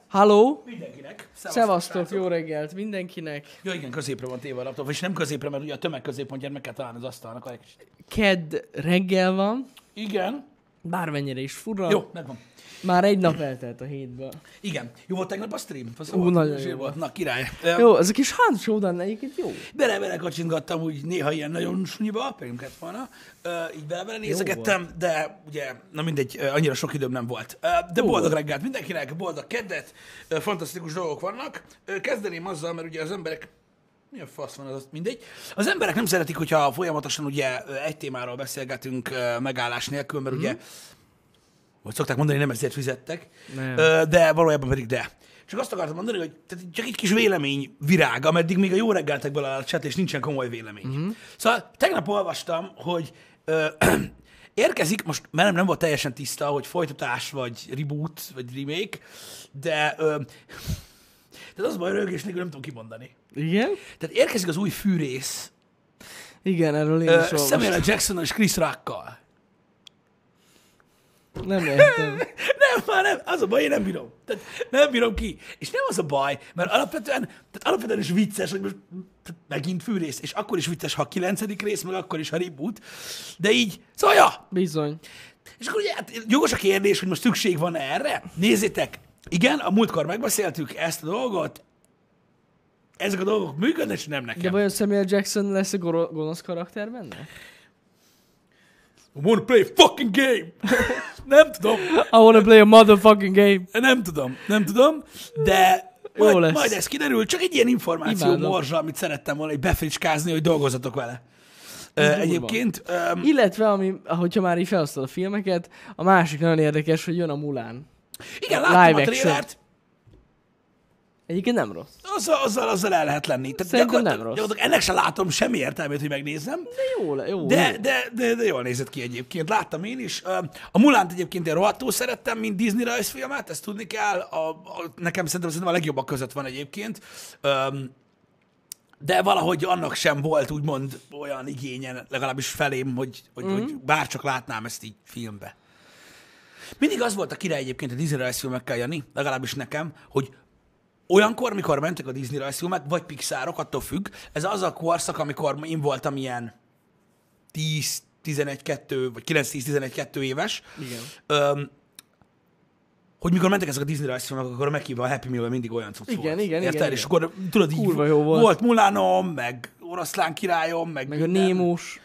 Halló! Mindenkinek. Szevasztok, jó reggelt mindenkinek. Jó, igen, középre van téve a laptop, és nem középre, mert ugye a tömeg középpontját meg kell találni az asztalnak. Kedd reggel van, Igen. bármennyire is fura. Jó, megvan. Már egy nap eltelt a hétből. Igen. Jó volt tegnap a stream? Nagyon jó volt. Na, király. Jó, ez a kis Hans Showdown egyébként jó. Bele kacsingattam úgy néha ilyen nagyon sunyiba, pedig kellett volna. Így bele nézegettem, de ugye, na mindegy, annyira sok időm nem volt. De boldog reggelt mindenkinek, boldog keddet, fantasztikus dolgok vannak. Kezdeném azzal, mert ugye az emberek milyen fasz van az, mindegy. Az emberek nem szeretik, hogyha folyamatosan ugye egy témáról beszélgetünk megállás nélkül, mert ugye, hogy szokták mondani, nem ezért fizettek, de valójában pedig de. Csak azt akartam mondani, hogy csak egy kis vélemény virág, ameddig még a jó reggeltekből áll a chat, és nincsen komoly vélemény. Szóval tegnap olvastam, hogy érkezik, most nem volt teljesen tiszta, hogy folytatás, vagy reboot, vagy remake, de tehát az a baj, rögés nélkül nem tudom kimondani. Igen? Tehát érkezik az új fűrész. Igen, erről én is olvastam. Samuel Jackson és Chris Rockkal. Nem értem. Nem, az a baj, én nem bírom. Tehát nem bírom ki. És nem az a baj, mert alapvetően is vicces, hogy most megint fűrész, és akkor is vicces, ha a 9. rész, meg akkor is, ha reboot. De így, szóval ja. Bizony. És akkor ugye jogos a kérdés, hogy most szükség van erre. Nézzétek, igen, a múltkor megbeszéltük ezt a dolgot, ezek a dolgok működnek, és nem nekem. De vajon Samuel Jackson lesz a gonosz karakter benne? I wanna play a fucking game! Nem tudom. I wanna play a motherfucking game. Nem tudom, de majd ez kiderül. Csak egy ilyen információ morzsa, amit szerettem volna befricskázni, hogy dolgozzatok vele. Egyébként. Illetve, hogyha már így felosztod a filmeket, a másik nagyon érdekes, hogy jön a Mulan. Igen, láttam a trélert. Egyébként nem rossz. Azzal el lehet lenni. Szerintem nem rossz. Ennek sem látom semmi értelmét, hogy megnézzem. De jó. De jól nézett ki egyébként. Láttam én is. A Mulánt egyébként én rohadtul szerettem, mint Disney rajzfilmet, ezt tudni kell. Nekem szerintem a legjobbak között van egyébként. De valahogy annak sem volt úgymond olyan igényen, legalábbis felém, hogy bárcsak látnám ezt így filmbe. Mindig az volt a király egyébként a Disney rajzfilmekkel, Jani, legalábbis nekem, hogy olyankor, mikor mentek a Disney rajzfilmek, vagy Pixarok, attól függ, ez az a korszak, amikor én voltam ilyen 10-11-2, vagy 9-10-11-2 éves. Igen. Hogy mikor mentek ezek a Disney rajzfilmek, akkor meghívva a Happy Meal-ben mindig olyan cucc volt. Igen. És akkor tudod, így volt Mulánom, meg Oroszlán királyom, meg a Némós.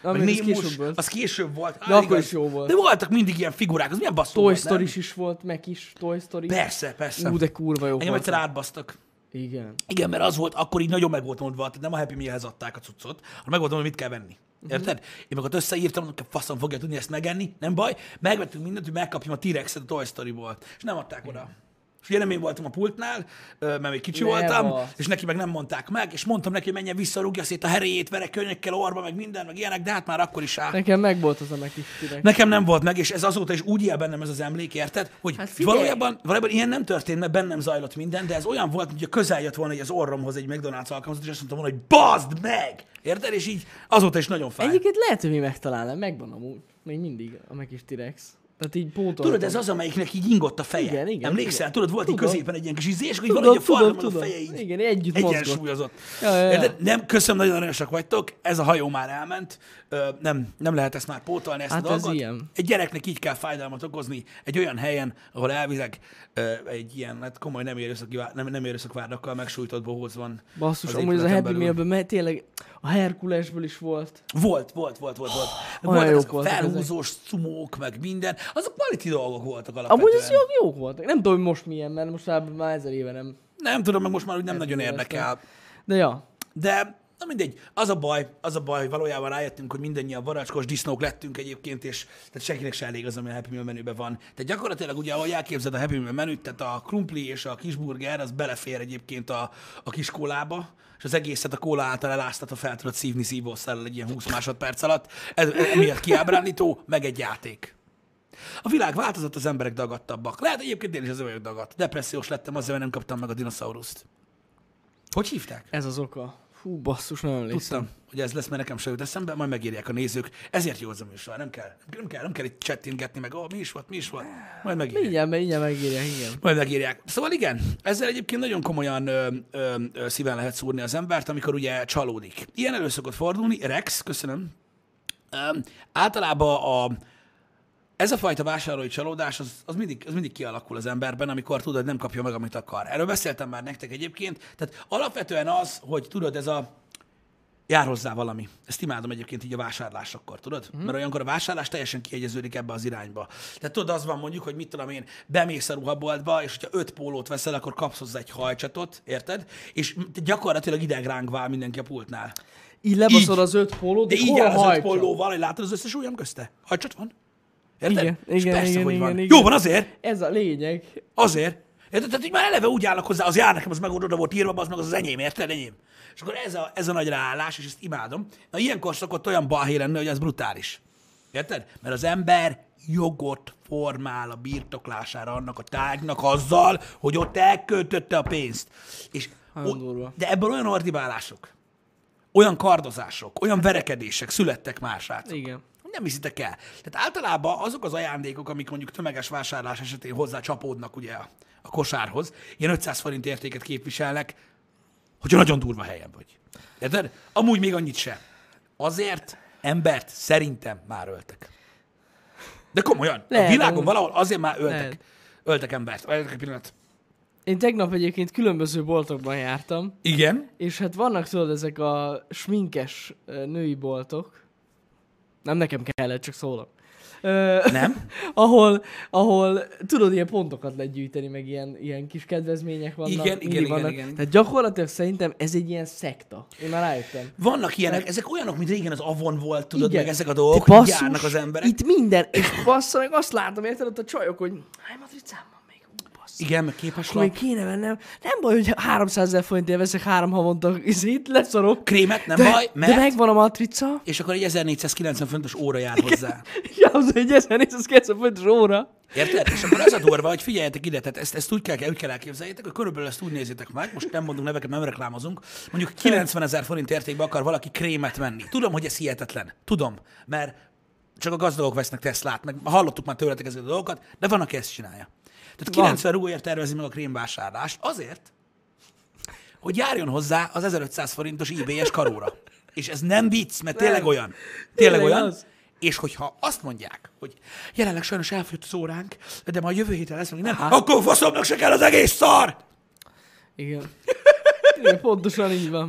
Az később volt. De akkor is jó volt. De voltak mindig ilyen figurák, az milyen basszó volt, Toy Story is volt, meg is Toy Story. Persze. De kurva jó. Engem egyszer átbasztak. Igen, mert az volt, akkor így nagyon meg volt mondva, tehát nem a Happy Mealhez adták a cuccot, hanem meg volt mondva, hogy mit kell venni. Érted? Én meg ott összeírtam, hogy faszom fogja tudni ezt megenni, nem baj. Megvettünk mindent, hogy megkapjam a T-Rexet a Toy Story-ból. És nem adták oda. És ugye nem én voltam a pultnál, mert még kicsi voltam, és neki meg nem mondták meg, és mondtam neki, hogy menjen vissza, rúgja szét a heréjét, vere könnyekkel orba, meg minden, meg ilyenek, de hát már akkor is áll. Nekem meg volt az a meg is T-Rex. Nekem nem volt meg, és ez azóta is úgy él bennem ez az emlék, érted? Hogy hát valójában ilyen nem történt, mert bennem zajlott minden, de ez olyan volt, hogy közel jött volna az orromhoz egy McDonald's alkalmazat, és azt mondtam volna, hogy bazd meg! Érted? És így azóta is nagyon fáj. Egyébként lehet, hogy mi megtalálnám, megvan amúgy. Még mindig a meg is T-Rex. Tehát így pótoltam. Tudod, ez az, amelyiknek így ingott a feje. Igen. Emlékszel? Tudod, volt így középen egy ilyen kis izé, és hogy valahogy a farmon a feje így igen, együtt egyensúlyozott. Ja. Nem, köszönöm, nagyon aranyosak vagytok, ez a hajó már elment, nem lehet ezt már pótolni, ezt a dolgot. Ez ilyen. Egy gyereknek így kell fájdalmat okozni, egy olyan helyen, ahol elvizek egy ilyen, hát komoly nem erőszakvádakkal megsújtott bohóc van. Basszus, amúgy az a Happy Mealben tényleg a Herkulesből is volt. Volt. Voltak ezek a felhúzós szumók, meg minden. Azok quality dolgok voltak alapvetően. Amúgy az jók voltak. Nem tudom, hogy most milyen, mert most már 1000 éve nem. Nem tudom, meg most már úgy nem nagyon érdekel. De ja. De na mindegy, az a baj, hogy valójában rájöttünk, hogy mindannyian varacskos disznók lettünk egyébként, és tehát senkinek se elég az, ami a Happy Meal menüben van. Tehát gyakorlatilag ugye, ahogy elképzeled a Happy Meal menüt, tehát a krumpli és a kisburger, az belefér egyébként a kis kólába, és az egészet a kóla által eláztatva fel tudod szívni szívószállal egy ilyen 20 másodperc alatt. Ez emiatt kiábrándító, meg egy játék. A világ változott, az emberek dagadtabbak. Lehet egyébként én is az vagyok dagadt. Depressziós lettem azért, mert nem kaptam meg a dinoszauruszt. Hogy hívták? Ez az oka. Hú, basszus, nagyon emlékszem. Tudtam, hogy ez lesz, mert nekem se jut eszembe, majd megírják a nézők. Ezért jó az a műsor, nem kell itt chattingetni meg, mi is volt. Majd megírják. Mindjárt megírják, igen. Majd megírják. Szóval igen, ezzel egyébként nagyon komolyan szíven lehet szúrni az embert, amikor ugye csalódik. Ilyen elő szokott fordulni. Rex, köszönöm. Általában ez a fajta vásárlói csalódás, az mindig kialakul az emberben, amikor tudod, nem kapja meg, amit akar. Erről beszéltem már nektek egyébként. Tehát alapvetően az, hogy tudod, ez a jár hozzá valami. Ezt imádom egyébként így a vásárlásokkor, tudod? Mert olyankor a vásárlás teljesen kiegyeződik ebbe az irányba. Tehát tudod, az van mondjuk, hogy mit tudom én, bemész a ruhaboltba, és hogyha 5 pólót veszel, akkor kapsz hozzá egy hajcsatot, érted? És gyakorlatilag idegránk vál mindenki a pultnál. Így lebaszod az 5 pólót, de így áll az 5 pólóval, hogy látod az összes ujjam közte. Hajcsat van? Érted? Igen. Jó van azért. Ez a lényeg. Azért. Érted? Tehát így már eleve úgy állnak hozzá, az jár nekem, az meg oda volt írva, az meg az enyém, érted? Enyém. És akkor ez a nagy ráállás, és ezt imádom. Na ilyenkor szokott olyan balhé lenni, hogy ez brutális. Érted? Mert az ember jogot formál a birtoklására annak a tárgynak azzal, hogy ott elköltötte a pénzt. És de ebből olyan ordibálások, olyan kardozások, olyan verekedések születtek már, srácok. Igen. Nem hiszitek el. Tehát általában azok az ajándékok, amik mondjuk tömeges vásárlás esetén hozzá csapódnak ugye a kosárhoz, ilyen 500 forint értéket képviselnek, hogyha nagyon durva helyen vagy. Érted? Amúgy még annyit sem. Azért embert szerintem már öltek. De komolyan, a világon valahol azért már öltek embert. Várjatok egy pillanat. Én tegnap egyébként különböző boltokban jártam. Igen. És hát vannak, tudod, ezek a sminkes női boltok. Nem nekem kellett, csak szólok. Nem? ahol tudod, ilyen pontokat lehet gyűjteni, meg ilyen kis kedvezmények vannak. Igen. Tehát gyakorlatilag szerintem ez egy ilyen szekta. Én már rájöttem. Vannak ilyenek, ezek olyanok, mint régen az Avon volt, tudod, igen. meg ezek a dolgok, hogy járnak az emberek. Itt minden, és bassza, meg azt látom, érted ott a csajok, hogy hány matricám van még, bassza. Igen, meg képeslap. Még kéne vennem. Nem baj, hogy 300 000 forintért veszek 3 havonta, itt leszarok. Krémet, nem baj, mert... De megvan a matrica. És akkor egy 1490 fontos óra jár hozzá. Ja, az egy 1490 fontos óra. Érted? És akkor az a durva, hogy figyeljetek ide, tehát ezt úgy kell elképzeljétek, hogy körülbelül ezt úgy nézzétek meg, most nem mondunk neveket, nem reklámozunk, mondjuk 90 000 forint értékben akar valaki krémet venni. Tudom, hogy ez hihetetlen. Tudom, mert csak a gazdagok vesznek Teslát, meg hallottuk már tőletek ezeket a dolgokat, de van, aki ezt csinálja. Tehát 90 rúgóért tervezi meg a krémvásárlást azért, hogy járjon hozzá az 1500 forintos eBay-es karóra. És ez nem vicc, mert tényleg olyan. Tényleg olyan. Az. És hogyha azt mondják, hogy jelenleg sajnos elfogyott az óránk, de majd jövő héten lesz, még nem, akkor faszomnak se kell az egész szar! Igen. Igen, pontosan így van.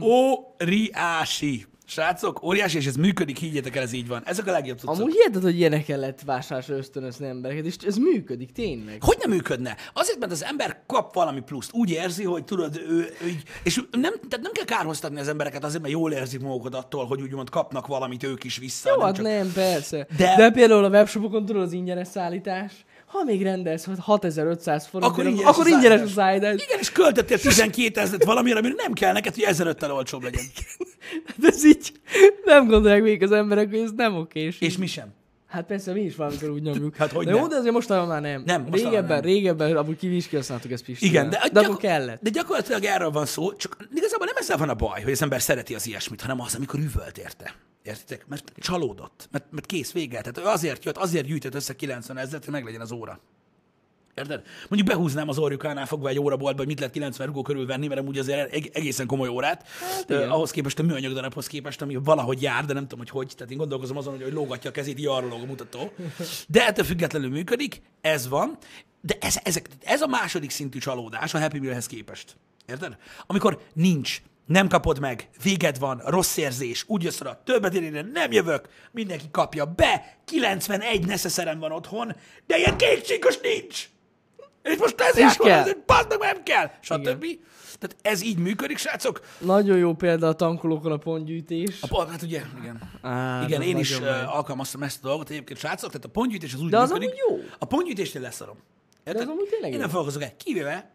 Óriási. Srácok, óriási, és ez működik, higgyétek el, ez így van. Ezek a legjobb cuccok. Amúgy hiheted, hogy ilyenekkel lehet vásárlásra ösztönözni embereket, és ez működik, tényleg. Hogy nem működne? Azért, mert az ember kap valami pluszt. Úgy érzi, hogy tudod, ő így, és tehát nem kell kárhoztatni az embereket azért, mert jól érzik magukat attól, hogy úgymond kapnak valamit ők is vissza. Jó, hát nem, persze. De például a webshopokon tudod az ingyenes szállítás. Ha még rendelsz 6500 forintot, akkor ingyenes a szállítás. Igen, és költöttél 12 000 valamire, amire nem kell neked, hogy 1500-tel olcsóbb legyen. De ez így nem gondolják még az emberek, hogy ez nem okés. És mi sem. Hát persze, mi is valamikor úgy nyomjuk. Hát hogy de jó, de azért mostanában már nem. Nem, régebben, amúgy ki is kihasználtuk ezt Pisti. Igen, de akkor kellett. De gyakorlatilag erről van szó, csak igazából nem ezzel van a baj, hogy az ember szereti az ilyesmit, hanem az, amikor üvölt érte. Értitek? Mert csalódott. Mert kész, vége. Tehát ő azért jött, azért gyűjtött össze 90 000, hogy meglegyen az óra. Érted? Mondjuk behúznám az orjukánál fogva egy óraboltba, hogy mit lehet 90 rugó körül venni, mert amúgy azért egészen komoly órát. Hát, ahhoz képest a műanyag darabhoz képest, ami valahogy jár, de nem tudom, hogy. Tehát én gondolkozom azon, hogy lógatja a kezét, így arról lóg a mutató. De ettől függetlenül működik, ez van. De ez a második szintű csalódás a Happy Mealhez képest. Érted? Amikor nincs, nem kapod meg, véged van, rossz érzés, úgy jössz rá, többet érére nem jövök, mindenki kapja be, 91 neszeszerem van otthon, de ilyen kékcsíkos nincs. És most ez kell. Bazd meg, nem kell, stb. Tehát ez így működik, srácok. Nagyon jó példa a tankolókon a pontgyűjtés. Hát ugye, igen. Igen, én is alkalmaztam ezt a dolgot egyébként, srácok, tehát a pontgyűjtés az úgy de az működik. Jó. A pontgyűjtésnél leszarom. De az amúgy tényleg én nem foglalkozok el, kivéve,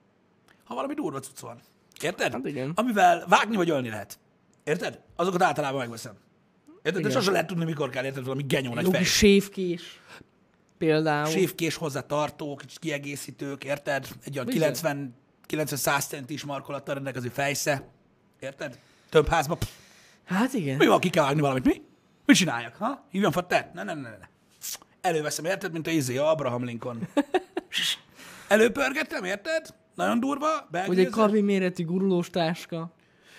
ha valami durva cucc van. Érted? Hát igen. Amivel vágni vagy ölni lehet. Érted? Azokat általában megveszem. Érted? De sosem lehet tudni, mikor kell, érted, valami genyó nagy fej. Sévkés. Például. Sévkés hozzá tartó, kicsit kiegészítők, érted? Egy olyan 90-100 centis markolattal rendelkező fejsze. Érted? Több házba. Hát igen. Mi van, ki kell vágni valamit, mi? Mit csináljak, ha? Hívjam Fatter? Ne. Előveszem, érted, mint a Abraham Lincoln. Előpörgettem, érted? Nagyon durva, belgőzös. Ugye kabi méretű gurulós táska.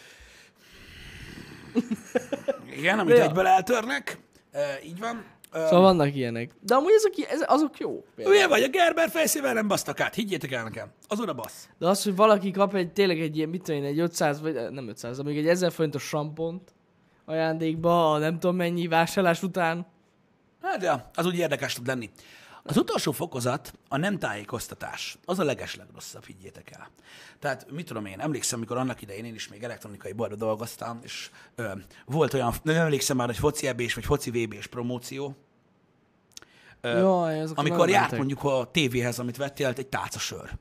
Igen, amit egyből eltörnek. Így van. Szóval vannak ilyenek. De amúgy azok jó. Ugye vagy, a Gerber fejszével nem basztak át. Higgyétek el nekem. Az oda bassz. De az, hogy valaki kap tényleg egy ilyen, mit tudom én, egy 500, vagy nem 500, de még egy 1000 forintos sampont ajándékba, nem tudom mennyi vásárlás után. Hát ja, az úgy érdekes tud lenni. Az utolsó fokozat a nem tájékoztatás. Az a legeslegrosszabb, higgyétek el. Tehát, mit tudom én, emlékszem, amikor annak idején én is még elektronikai boltban dolgoztam, és volt olyan, nem emlékszem már, hogy foci EB-s vagy foci VB-s promóció, Jaj, amikor járt mondjuk a tévéhez, amit vettél, egy tálca sör.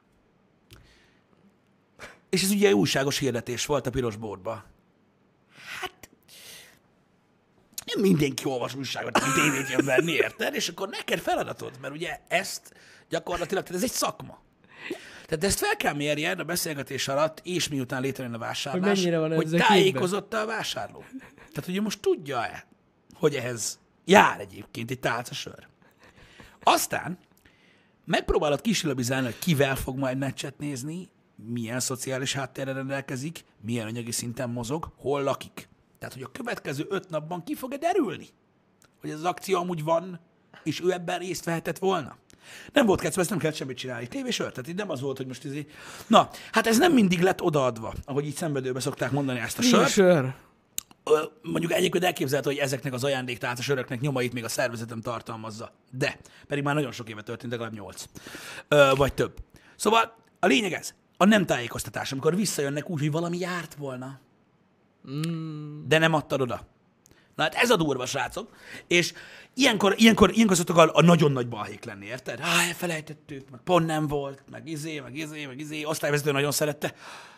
És ez ugye újságos hirdetés volt a piros bordba. Hát, nem mindenki olvas újságot, aki tévét jön venni, érted? És akkor neked feladatod, mert ugye ezt gyakorlatilag, tehát ez egy szakma. Tehát ezt fel kell mérjed a beszélgetés alatt, és miután létrejön a vásárlás, hogy tájékozott-e a vásárló. Tehát ugye most tudja-e, hogy ehhez jár egyébként egy tálca sör. Aztán megpróbálod kisilabizálni, hogy kivel fog majd meccset nézni, milyen szociális háttérrel rendelkezik, milyen anyagi szinten mozog, hol lakik. Tehát, hogy a következő 5 napban ki fog-e derülni, hogy ez az akció amúgy van, és ő ebben részt vehetett volna. Nem volt kecve, ezt nem kellett semmit csinálni. Tévésör, tehát itt nem az volt, hogy most izé... Na, hát ez nem mindig lett odaadva, ahogy így szenvedőbe szokták mondani ezt a sört. Mondjuk egyébként elképzelhető, hogy ezeknek az ajándéktálca söröknek nyomait még a szervezetem tartalmazza. De, pedig már nagyon sok éve történt, legalább 8. Vagy több. Szóval a lényeg ez, a nem tájékoztatás, amikor visszajönnek úgy, hogy valami járt volna, de nem adtad oda. Na hát ez a durva, srácok. És ilyenkor szoktak a nagyon nagy balhék lenni, érted? Elfelejtettük, meg pont nem volt, meg izé. Osztályvezető nagyon szerette.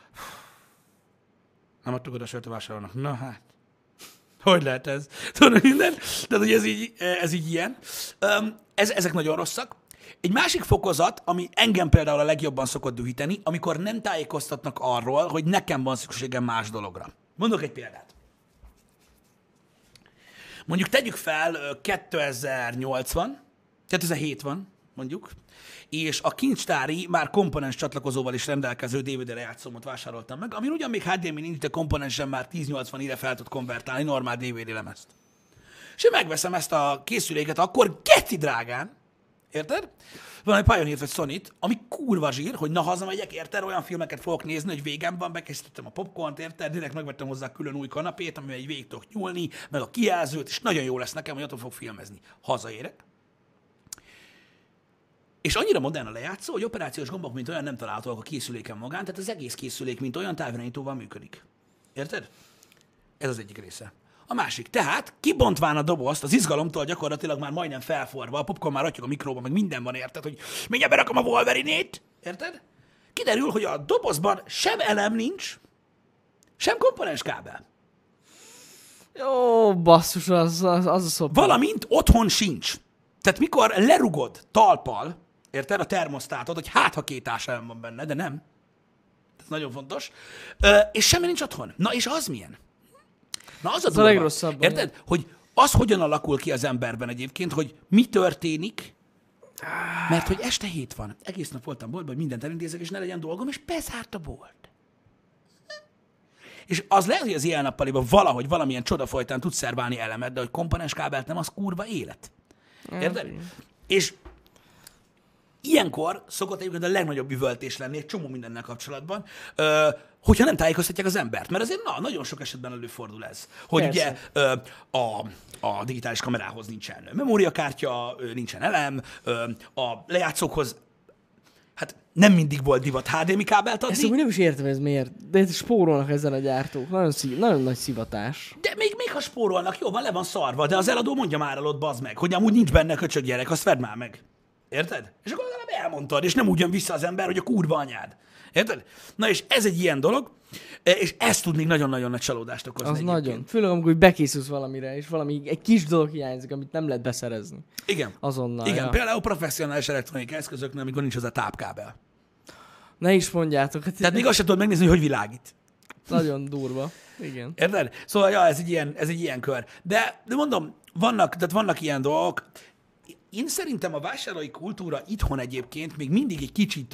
Nem adtuk oda sört a vásárolnak. Na hát. Hogy lehet ez? Tudod minden? Tehát, hogy ez így ilyen. Ezek nagyon rosszak. Egy másik fokozat, ami engem például a legjobban szokott dühíteni, amikor nem tájékoztatnak arról, hogy nekem van szükségem más dologra. Mondok egy példát. Mondjuk tegyük fel 2007 van, mondjuk, és a kincstári, már komponens csatlakozóval is rendelkező DVD lejátszómat vásároltam meg, ami ugyan még HDMI nincs, de komponensen már 1080-ire fel tud konvertálni normál DVD lemezt. És én megveszem ezt a készüléket, akkor geci drágán, érted? Van egy Pioneer vagy Sony-t, ami kurva zsír, hogy na hazamegyek, érted? Olyan filmeket fogok nézni, hogy végem van, bekészítettem a popcornt, érted? Direkt megvettem hozzá külön új kanapét, amivel egy végig tudok nyúlni, meg a kijelzőt, és nagyon jó lesz nekem, hogy attól fog filmezni. Hazaérek. És annyira modern a lejátszó, hogy operációs gombok, mint olyan nem találhatóak a készüléken magán, tehát az egész készülék, mint olyan távirányítóval működik. Érted? Ez az egyik része. A másik, tehát kibontván a dobozt, az izgalomtól gyakorlatilag már majdnem felforva, a popcorn már ratyog a mikróban, meg minden van, érted, hogy mindjárt berakom a Wolverine-ét, érted? Kiderül, hogy a dobozban sem elem nincs, sem komponens kábel. Jó, basszus, az a szopó. Valamint otthon sincs. Tehát mikor lerugod talppal, érted, a termosztátod, hogy hát ha 2 ásállam van benne, de nem. Ez nagyon fontos. És semmi nincs otthon. Na és az milyen? Na az a durva, legrosszabb. érted? Hogy az hogyan alakul ki az emberben egyébként, hogy mi történik, mert hogy este 7 van. Egész nap voltam boltban, hogy mindent elintézek, és ne legyen dolgom, és bezárt a bolt. És az lehet, hogy az ilyen nappaliban valahogy valamilyen csoda folytán tudsz szerválni elemet, de hogy komponens kábelt nem, az kurva élet. Érted? És ilyenkor szokott egyébként a legnagyobb üvöltés lenni egy csomó mindennel kapcsolatban, hogyha nem tájékoztatják az embert. Mert azért nagyon sok esetben előfordul ez. Hogy persze. Ugye a digitális kamerához nincsen memóriakártya, nincsen elem, a lejátszókhoz hát nem mindig volt divat HDMI kábelt adni. Ezt úgy nem is értem, ez miért. De spórolnak ezzel a gyártók. Nagyon nagy szivatás. De még ha spórolnak, jó, van, le van szarva, de az eladó mondja már el ott, bazd meg, hogy amúgy nincs benne köcsög gyerek, azt vedd már meg. Érted? És akkor legalább elmondtad, és nem úgy jön vissza az ember, hogy a kurva anyád. Érted? Na és ez egy ilyen dolog, és ez tud még nagyon-nagyon nagy csalódást okozni. Az nagyon. Főleg amikor bekészülsz valamire, és egy kis dolog hiányzik, amit nem lehet beszerezni. Igen. Azonnal. Igen, ja. Például professzionális elektronikai eszközöknél, amikor nincs hozzá tápkábel. Ne is mondjátok. Tehát még azt sem tudod megnézni, hogy világít. Nagyon durva. Igen. Érted? Szóval, ja, ez egy ilyen kör. De mondom, vannak ilyen dolgok. Én szerintem a vásárlói kultúra itthon egyébként még mindig egy kicsit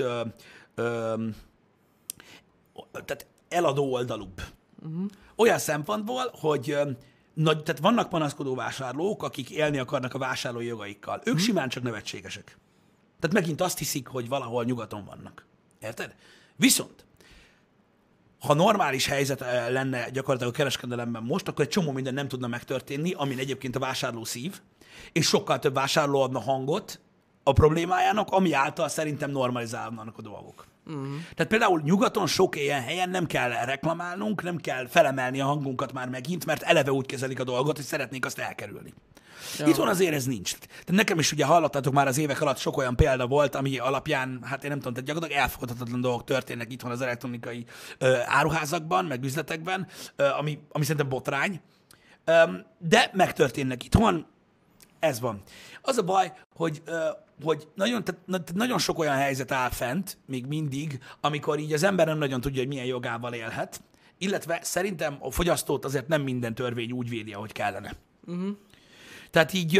tehát eladó oldalúbb. Olyan szempontból, hogy tehát vannak panaszkodó vásárlók, akik élni akarnak a vásárlói jogaikkal. Ők simán csak nevetségesek. Tehát megint azt hiszik, hogy valahol nyugaton vannak. Érted? Viszont, ha normális helyzet lenne gyakorlatilag a kereskedelemben most, akkor egy csomó minden nem tudna megtörténni, amin egyébként a vásárló szív, és sokkal több vásárló adna hangot a problémájának, ami által szerintem normalizálnak a dolgok. Tehát például nyugaton sok ilyen helyen nem kell reklamálnunk, nem kell felemelni a hangunkat már megint, mert eleve úgy kezelik a dolgot, hogy szeretnék azt elkerülni. Ja. Itthon azért ez nincs. Tehát nekem is ugye hallottatok már az évek alatt sok olyan példa volt, ami alapján, hát én nem tudom, tehát gyakorlatilag elfogadhatatlan dolgok történnek itthon az elektronikai áruházakban, meg üzletekben, ami szerintem botrány, de megtörténnek itthon, ez van. Az a baj, hogy nagyon sok olyan helyzet áll fent, még mindig, amikor így az ember nem nagyon tudja, hogy milyen jogával élhet, illetve szerintem a fogyasztót azért nem minden törvény úgy védi, ahogy kellene. Tehát így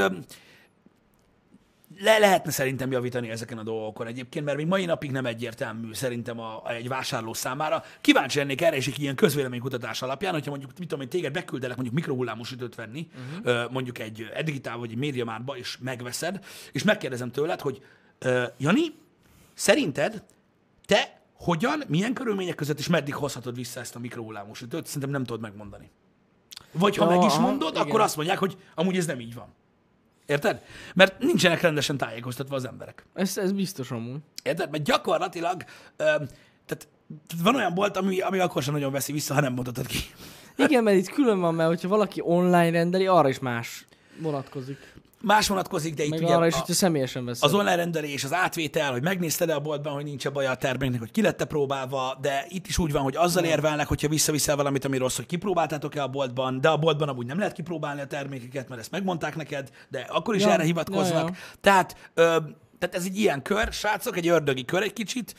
lehetne szerintem javítani ezeken a dolgokon egyébként, mert még mai napig nem egyértelmű szerintem egy vásárló számára. Kíváncsi lennék erre is egy ilyen közvéleménykutatás alapján, hogyha mondjuk, mit tudom én, téged beküldelek mondjuk mikrohullámú sütőt venni, mondjuk egy Eddigitál vagy egy MediaMarktba, és megveszed, és megkérdezem tőled, hogy Jani, szerinted te hogyan, milyen körülmények között és meddig hozhatod vissza ezt a mikrohullámú sütőt? Szerintem nem tudod megmondani. Vagy ha meg is mondod, akkor azt mondják, hogy amúgy ez nem így van. Érted? Mert nincsenek rendesen tájékoztatva az emberek. Ez biztos amúgy. Érted? Mert gyakorlatilag tehát van olyan bolt, ami akkor sem nagyon veszi vissza, ha nem mondhatod ki. Igen, mert itt külön van, mert hogyha valaki online rendeli, arra is más vonatkozik. Más vonatkozik, de itt meg ugye arra is, hogyha személyesen veszed. az online rendelés, az átvétel, hogy megnézted-e a boltban, hogy nincs-e baj a terméknek, hogy ki lett-e próbálva, de itt is úgy van, hogy azzal érvelnek, hogyha visszaviszel valamit, ami rossz, hogy kipróbáltátok-e a boltban, de a boltban amúgy nem lehet kipróbálni a termékeket, mert ezt megmondták neked, de akkor is erre hivatkoznak. Ja. Tehát ez egy ilyen kör, srácok, egy ördögi kör egy kicsit.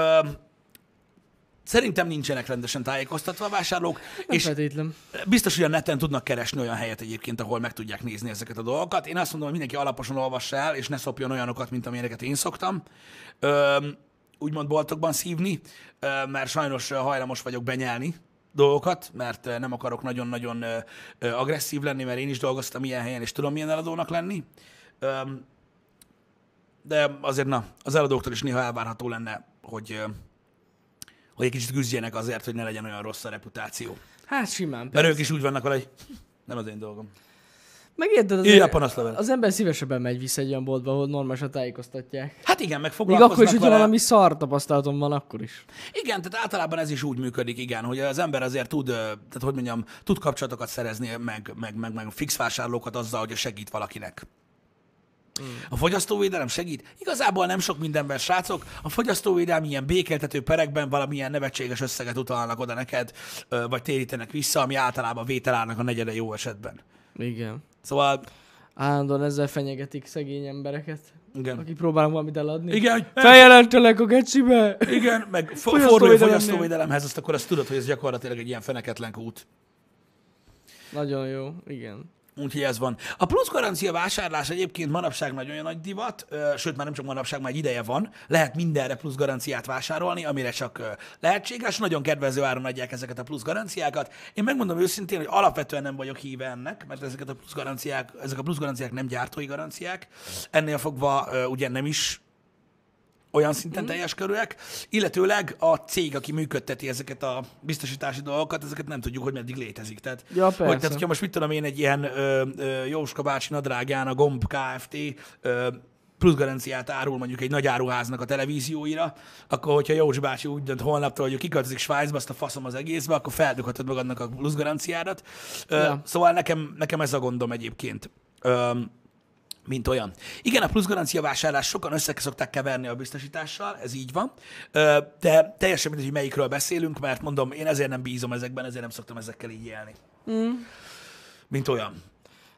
Szerintem nincsenek rendesen tájékoztatva a vásárlók, Nem és feltétlen. biztos, hogy a neten tudnak keresni olyan helyet egyébként, ahol meg tudják nézni ezeket a dolgokat. Én azt mondom, hogy mindenki alaposan olvassa el, és ne szopjon olyanokat, mint amilyeneket én szoktam úgymond boltokban szívni, mert sajnos hajlamos vagyok benyelni dolgokat, mert nem akarok nagyon-nagyon agresszív lenni, mert én is dolgoztam ilyen helyen, és tudom milyen eladónak lenni. De azért az eladóktól is néha elvárható lenne, hogy egy kicsit küzdjenek azért, hogy ne legyen olyan rossz a reputáció. Hát simán. Mert Persze. ők is úgy vannak vele, hogy nem az én dolgom. Megérted, Írja a panaszlevelet. az ember szívesebben megy vissza egy olyan boltba, ahol normálisan tájékoztatják. Hát igen, meg Még foglalkoznak akkor is, hogyha vele. valami szar tapasztalatom van, akkor is. Igen, tehát általában ez is úgy működik, igen, hogy az ember azért tud, tehát hogy mondjam, tud kapcsolatokat szerezni, meg fix vásárlókat azzal, hogy segít valakinek. A fogyasztóvédelem segít? Igazából nem sok mindenben, srácok. A fogyasztóvédelem ilyen békéltető perekben valamilyen nevetséges összeget utalnak oda neked, vagy térítenek vissza, ami általában vételállnak a negyede jó esetben. Igen. Szóval, Állandóan ezzel fenyegetik szegény embereket, igen. akik próbálnak valamit eladni. Igen, hogy Feljelentelek a gecsibe! igen, meg Fogyasztóvédelemnél. fogyasztóvédelemhez, akkor azt tudod, hogy ez gyakorlatilag egy ilyen feneketlen kút. Nagyon jó, igen. Úgyhogy ez van. A plusz garancia vásárlás egyébként manapság nagyon nagy divat, sőt már nem csak manapság, már egy ideje van. Lehet mindenre plusz garanciát vásárolni, amire csak lehetséges. Nagyon kedvező áron adják ezeket a plusz garanciákat. Én megmondom őszintén, hogy alapvetően nem vagyok híve ennek, mert ezek a plusz garanciák nem gyártói garanciák. Ennél fogva ugye nem is olyan szinten teljes körűek, illetőleg a cég, aki működteti ezeket a biztosítási dolgokat, ezeket nem tudjuk, hogy meddig létezik. Tehát, Ja, persze. hogy, tehát hogyha most mit tudom én, egy ilyen Jóska bácsi nadrágján a Gomb Kft. Plusz garanciát árul mondjuk egy nagy áruháznak a televízióira, akkor hogyha Jós bácsi úgy dönt holnaptól, hogy kiköltözik Svájcba, azt a faszom az egészbe, akkor feldughatod magadnak a plusz garanciádat. Ja. Szóval nekem ez a gondom egyébként. Mint olyan. Igen, a plusz garancia vásárlás sokan össze szokták keverni a biztosítással, ez így van, de teljesen mindegy, hogy melyikről beszélünk, mert mondom, én ezért nem bízom ezekben, ezért nem szoktam ezekkel így élni. Mint olyan.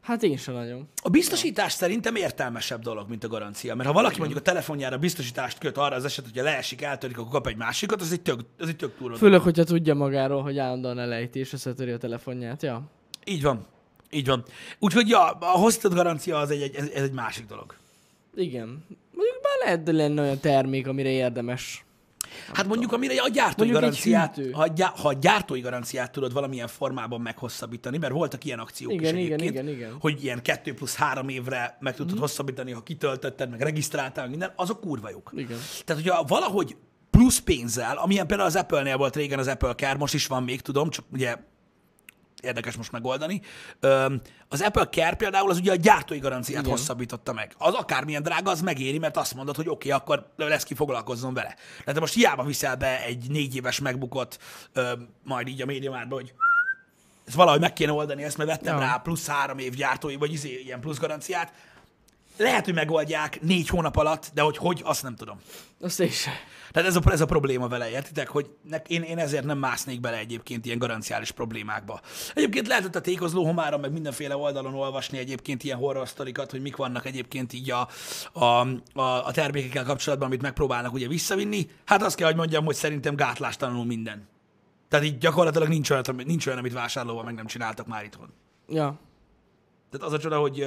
Hát én sem nagyon. A biztosítás szerintem értelmesebb dolog, mint a garancia. Mert ha valaki mondjuk a telefonjára biztosítást köt arra az eset, hogyha leesik, eltörik, akkor kap egy másikat, az egy tök túró. Főleg, hogyha tudja magáról, hogy állandóan elejti és összetöri a telefonját, ja. Így van. Így van. Úgyhogy ja, a hosszított garancia az ez egy másik dolog. Igen. Mondjuk már lehet, hogy lenne olyan termék, amire érdemes. Hát mondjuk, amire a gyártói Mondjuk egy garanciát, hűtő. ha a gyártói garanciát tudod valamilyen formában meghosszabbítani, mert voltak ilyen akciók Igen, is igen, egyébként, igen. hogy ilyen 2+3 évre meg tudod hosszabbítani, ha kitöltötted, meg regisztráltál, meg minden, azok kurva jók. Igen. Tehát, hogyha valahogy plusz pénzzel, amilyen például az Apple-nél volt régen az Apple Care, most is van még, tudom, csak ugye érdekes most megoldani. Az Apple Care például az ugye a gyártói garanciát Igen. hosszabbította meg. Az akármilyen drága, az megéri, mert azt mondod, hogy oké, akkor lesz ki foglalkozzon vele. Tehát te most hiába viszel be egy 4 éves MacBookot, majd így a MediaMarktba, hogy ezt valahogy meg kéne oldani, ezt mert vettem rá plusz 3 év gyártói, vagy ilyen plusz garanciát. Lehet, hogy megoldják 4 hónap alatt, de hogy azt nem tudom. Azt én sem. Tehát ez a probléma vele, értitek, hogy én ezért nem másznék bele egyébként ilyen garanciális problémákba. Egyébként lehetett a tékozló homáron, meg mindenféle oldalon olvasni egyébként ilyen horror sztorikat, hogy mik vannak egyébként így a termékekkel kapcsolatban, amit megpróbálnak ugye visszavinni. Hát azt kell, hogy mondjam, hogy szerintem gátlástalanul minden. Tehát így gyakorlatilag nincs olyan, amit vásárlóval meg nem csináltak már itthon. Ja. Tehát az a csoda, hogy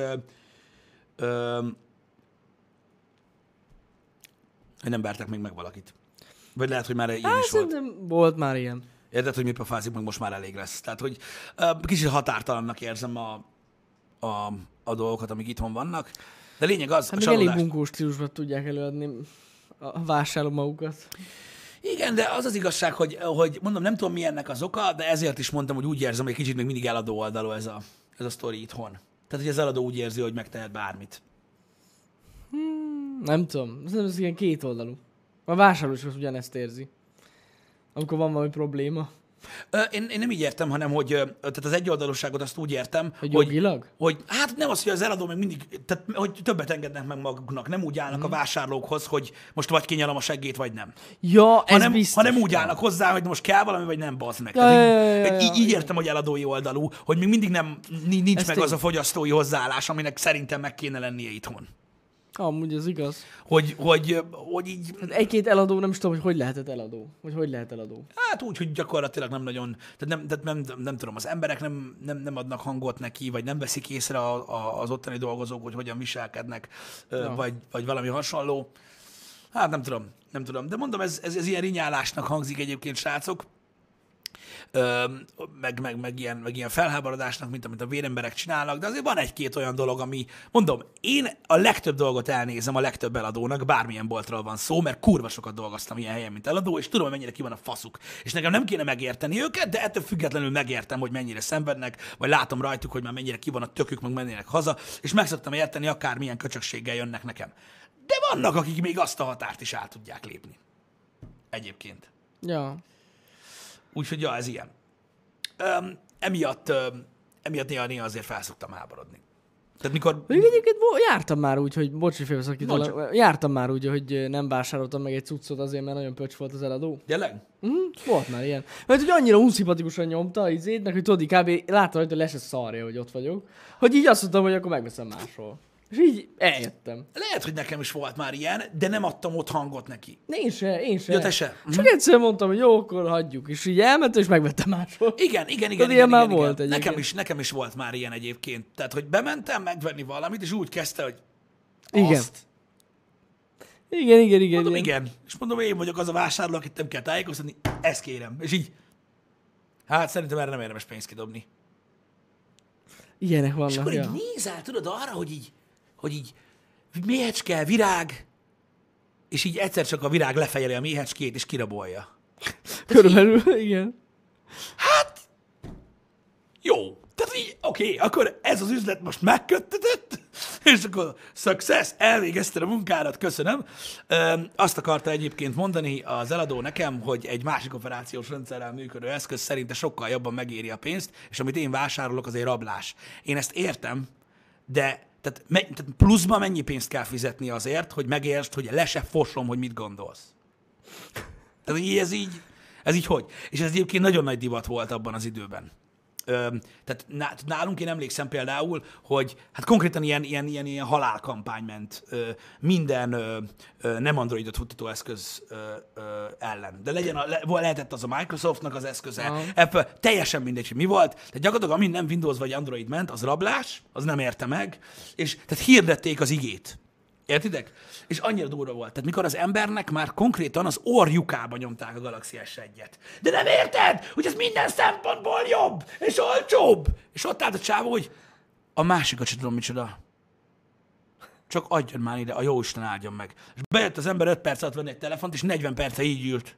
nem vertek még meg valakit. Vagy lehet, hogy már ilyen Hát is volt. szerintem volt már ilyen. Érted, hogy mi pofázik, meg most már elég lesz. Tehát, hogy kicsit határtalannak érzem a dolgokat, amik itthon vannak. De lényeg az, Hát még elég bunkós stílusban tudják előadni a vásárló magukat. Igen, de az az igazság, hogy mondom, nem tudom, mi ennek az oka, de ezért is mondtam, hogy úgy érzem, hogy kicsit még mindig eladó oldalú ez a sztori itthon. Tehát, hogy az eladó úgy érzi, hogy megtehet bármit. Nem tudom. Ez ilyen kétoldalú. A vásárló is ugyanezt érzi. Amikor van valami probléma. Én nem így értem, hanem hogy tehát az egyoldalúságot azt úgy értem, Hogy jogilag? hogy hát nem az, hogy az eladó még mindig, tehát hogy többet engednek meg maguknak, nem úgy állnak a vásárlókhoz, hogy most vagy kinyalom a seggét, vagy nem. Ja, ez biztos. Hanem úgy állnak hozzá, hogy most kell valami, vagy nem, bazd meg. Így értem, hogy eladói oldalú, hogy még mindig nincs Ez meg az a fogyasztói hozzáállás, aminek szerintem meg kéne lennie itthon. Amúgy ez igaz. Hogy így... Hát egy-két eladó, nem is tudom, hogy lehetett eladó. Hogy lehet eladó. Hát úgy, hogy gyakorlatilag nem nagyon, tehát nem tudom, az emberek nem adnak hangot neki, vagy nem veszik észre az ottani dolgozók, hogy hogyan viselkednek, vagy valami hasonló. Hát nem tudom. De mondom, ez ilyen rinyálásnak hangzik egyébként, srácok. Meg ilyen felháborodásnak, mint amit a véremberek csinálnak, de azért van egy-két olyan dolog, ami, mondom, én a legtöbb dolgot elnézem a legtöbb eladónak, bármilyen boltról van szó, mert kurva sokat dolgoztam ilyen helyen, mint eladó, és tudom, hogy mennyire ki van a faszuk. És nekem nem kéne megérteni őket, de ettől függetlenül megértem, hogy mennyire szenvednek, vagy látom rajtuk, hogy már mennyire ki van a tökük, meg mennének haza, és meg szoktam érteni, akármilyen köcsökséggel jönnek nekem. De vannak, akik még azt a határt is át tudják lépni. Egyébként. Ja. Úgyhogy ja, ez ilyen. Emiatt néha azért felszoktam háborodni. Tehát mikor... Még egyébként jártam már úgy, hogy bocsi félbeszakítalak, jártam már úgy, hogy nem vásároltam meg egy cuccot azért, mert nagyon pöcs volt az eladó. Tényleg? Volt már ilyen. Mert hogy annyira unszimpatikusan nyomta az izét, meg hogy tudod, kb. Láttam, hogy le se szarja, hogy ott vagyok. Hogy így azt mondtam, hogy akkor megveszem máshol. És így eljöttem. Lehet, hogy nekem is volt már ilyen, de nem adtam ott hangot neki. Én se. Ja, te se? Csak egyszer mondtam, hogy jó, akkor hagyjuk. És így elment, és megvettem máshol. Igen. Már volt Nekem is volt már ilyen egyébként. Tehát, hogy bementem megvenni valamit, és úgy kezdte, hogy Igen. azt. Igen. Mondom, igen. És mondom, én vagyok az a vásárló, akit nem kell tájékoztatni, ezt kérem. És így, hát szerintem erre nem érdemes pénzt kidobni. Ilyenek vannak, És akkor így ja. nézel, tudod, arra, hogy így méhecske, virág, és így egyszer csak a virág lefejeli a méhecskét, és kirabolja. Körülbelül, igen. Hát, jó. Tehát így, oké, akkor ez az üzlet most megköttetett, és akkor success, elvégezted a munkádat, köszönöm. Azt akarta egyébként mondani az eladó nekem, hogy egy másik operációs rendszerrel működő eszköz szerinte sokkal jobban megéri a pénzt, és amit én vásárolok, az egy rablás. Én ezt értem, de tehát pluszban mennyi pénzt kell fizetni azért, hogy megértsd, hogy le se fosom, hogy mit gondolsz. Tehát ez így hogy? És ez egyébként nagyon nagy divat volt abban az időben. tehát nálunk én emlékszem például, hogy hát konkrétan ilyen halálkampány ment minden nem Androidot futtató eszköz ellen. De lehetett az a Microsoftnak az eszköze, Apple, teljesen mindegy, hogy mi volt. Tehát gyakorlatilag amin nem Windows vagy Android ment, az rablás, az nem érte meg, és tehát hirdették az igét. Értitek? És annyira durva volt. Tehát mikor az embernek már konkrétan az orrjukába nyomták a Galaxy S1-et. De nem érted, hogy ez minden szempontból jobb, és olcsóbb. És ott állt a csávó, hogy a másikat sem tudom micsoda. Csak adjon már ide, a jóisten áldjon meg. És bejött az ember 5 perc alatt venni egy telefont, és 40 perce így ült.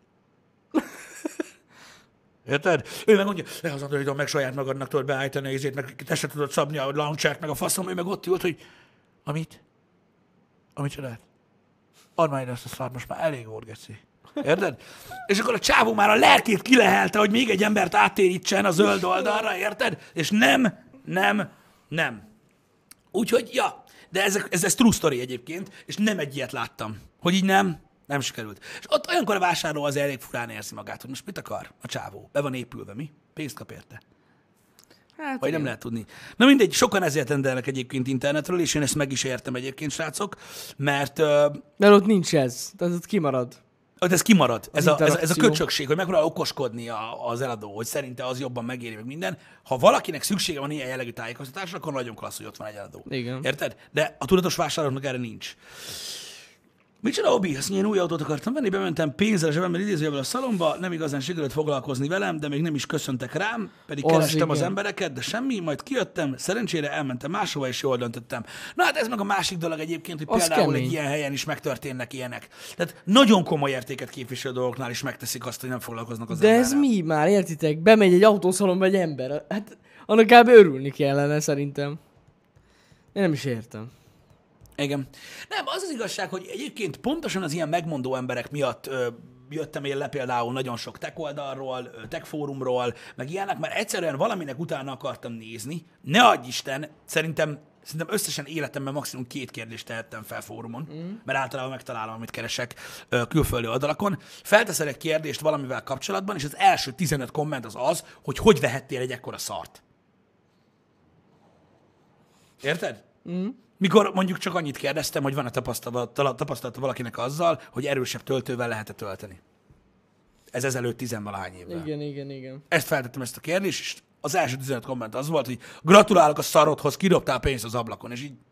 Érted? Ő meg mondja, az Androidon meg saját magadnak tudod beállítani a izét, meg te se tudod szabni a launchert, meg a faszom, ő meg ott ült, hogy amit csinált? Add már ide azt a szart, most már elég volt, geci. Érted? És akkor a csávó már a lelkét kilehelte, hogy még egy embert áttérítsen a zöld oldalra, érted? És nem. Úgyhogy, ja, de ez true story egyébként, és nem egy ilyet láttam. Hogy így nem sikerült. És ott olyankor a vásárló az elég furán érzi magát, hogy most mit akar a csávó? Be van épülve, mi? Pénzt kap érte. Hát, vagy nem lehet tudni. Na mindegy, sokan ezért rendelnek egyébként internetről, és én ezt meg is értem egyébként, srácok, mert ott nincs ez, tehát ott kimarad. Ott ez kimarad, ez a köcsökség, hogy megpróbál okoskodni az eladó, hogy szerinte az jobban megéri meg minden. Ha valakinek szüksége van ilyen jellegű tájékoztatásra, akkor nagyon klassz, hogy ott van egy eladó. Igen. Érted? De a tudatos vásárlóknak erre nincs. Micsoda, Obi? Azt mondja, én új autót akartam venni, bementem pénzzel a zsebemben idézőjelben a szalomba, nem igazán sikerült foglalkozni velem, de még nem is köszöntek rám, pedig kerestem az embereket, de semmi, majd kijöttem, szerencsére elmentem máshova, és jól döntöttem. Na hát ez meg a másik dolog egyébként, hogy az például egy ilyen helyen is megtörténnek ilyenek. Tehát nagyon komoly értéket képviselő dolgoknál is megteszik azt, hogy nem foglalkoznak az emberrel. De ez mi már, értitek? Bemegy egy autószalomba egy ember. Hát annak kb. Örülni kellene szerintem. Én nem is értem. Igen. Nem, az igazság, hogy egyébként pontosan az ilyen megmondó emberek miatt jöttem én le például nagyon sok tech oldalról, tech fórumról, meg ilyenek, mert egyszerűen valaminek utána akartam nézni. Ne adj Isten, szerintem összesen életemben maximum 2 kérdést tehettem fel fórumon, mert általában megtalálom, amit keresek külföldi oldalakon. Felteszel egy kérdést valamivel kapcsolatban, és az első 15 komment az, hogy vehettél egy ekkora szart. Érted? Mikor mondjuk csak annyit kérdeztem, hogy van-e tapasztalata valakinek azzal, hogy erősebb töltővel lehet-e tölteni. Ez ezelőtt 10-valahány évvel. Igen. Ezt feltettem ezt a kérdést, és az első 15 komment az volt, hogy gratulálok a szarodhoz, kidobtál pénzt az ablakon, és így...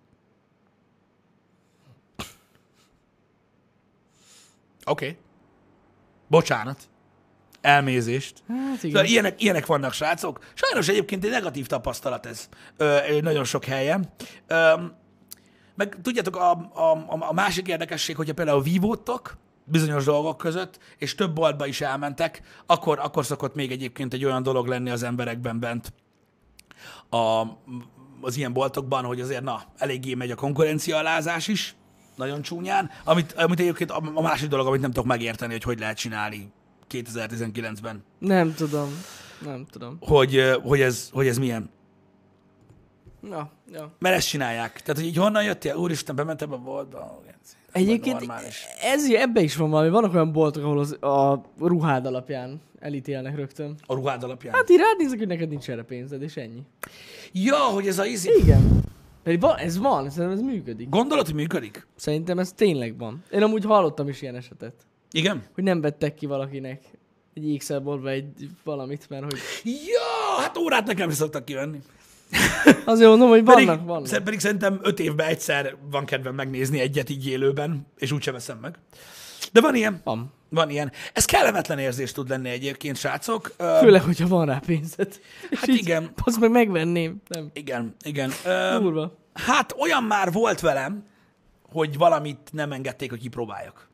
Oké. Bocsánat. Elmézést. Hát igen. Szóval ilyenek vannak, srácok. Sajnos egyébként egy negatív tapasztalat ez nagyon sok helyen. Meg tudjátok, a másik érdekesség, hogyha például vívódtok bizonyos dolgok között, és több boltba is elmentek, akkor szokott még egyébként egy olyan dolog lenni az emberekben bent az ilyen boltokban, hogy azért eléggé megy a konkurenciaalázás is, nagyon csúnyán, amit egyébként a másik dolog, amit nem tudok megérteni, hogy lehet csinálni 2019-ben. Nem tudom. Hogy ez milyen. Ja. Mert ezt csinálják. Tehát, hogy így honnan jöttél? Úristen, bementem a boltba. Egyébként ebbe is van valami. Vannak olyan boltok, ahol a ruhád alapján elítélnek rögtön. A ruhád alapján? Hát így rád nézek, hogy neked nincs erre pénzed, és ennyi. Ja, hogy ez a izi... Igen. Pedig ez van, szerintem ez működik. Gondolod, hogy működik? Szerintem ez tényleg van. Én amúgy hallottam is ilyen esetet. Igen? Hogy nem vettek ki valakinek egy ékszerboltba egy valamit, mert hogy... Ja, hát órát nekem is szoktak kivenni. Azért mondom, hogy vannak. Pedig szerintem 5 évben egyszer van kedvem megnézni egyet így élőben, és úgyse veszem meg. De van ilyen. Van ilyen. Ez kellemetlen érzés tud lenni egyébként, srácok. Főleg, hogyha van rá pénzed. Hát igen. Azt meg megvenném. Nem. Igen. Durva. Hát olyan már volt velem, hogy valamit nem engedték, hogy kipróbáljak.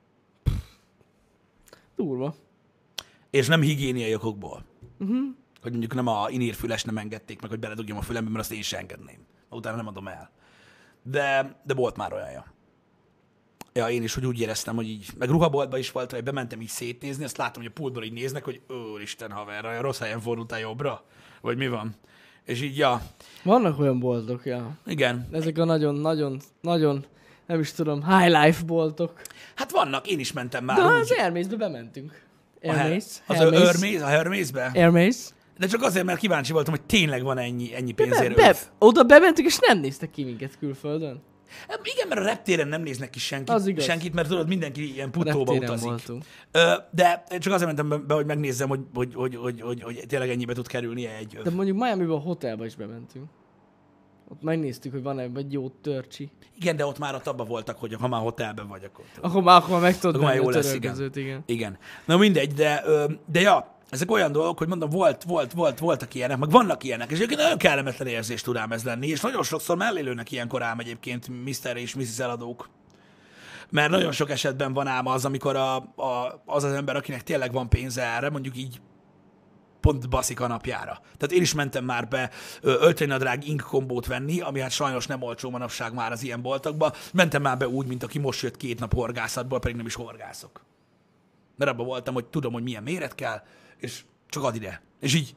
Durva. És nem higiéniai okokból. Hogy mondjuk nem a inírfüles nem engedték meg, hogy beledugjam a fülembe, mert azt én sem engedném. Utána nem adom el. De volt már olyanja. Ja, én is, hogy úgy éreztem, hogy így, meg ruhaboltban is volt, hogy bementem így szétnézni, azt látom, hogy a pultból így néznek, hogy Isten haver, olyan rossz helyen fordultál jobbra? Vagy mi van? És így, ja. Vannak olyan boltok, ja. Igen. Ezek a nagyon, nem is tudom, high life boltok. Hát vannak, én is mentem már. De az Hermésbe bementünk. A Hermésbe? Hermés. De csak azért, mert kíváncsi voltam, hogy tényleg van ennyi pénzért Oda bementük, és nem néztek ki minket külföldön. Igen, mert a reptéren nem néznek ki senkit, mert tudod, mindenki ilyen puttóba utazik. Voltunk. De csak azért mentem be, hogy megnézzem, hogy tényleg ennyibe tud kerülni egy öv. De mondjuk Miami-ban a hotelba is bementünk. Ott megnéztük, hogy van-e egy jó törcsi. Igen, de ott már abban voltak, hogy ha már hotelben vagy, akkor már meg tudod menni a törölközőt, igen. Na mindegy, de ja, ezek olyan dolgok, hogy mondom, voltak ilyenek, meg vannak ilyenek, és egyébként nagyon kellemetlen érzés tud ám ez lenni, és nagyon sokszor mellélőnek ilyenkor ám egyébként Mr. és Mrs. eladók. Mert nagyon sok esetben van ám az, amikor az ember, akinek tényleg van pénze erre, mondjuk így pont baszik a napjára. Tehát én is mentem már be öltönynadrág ink kombót venni, ami hát sajnos nem olcsó manapság már az ilyen boltokba. Mentem már be úgy, mint aki most jött 2 nap horgászatból, pedig nem is horgászok. Mert abban voltam, hogy tudom, hogy milyen méret kell, és csak add ide. És így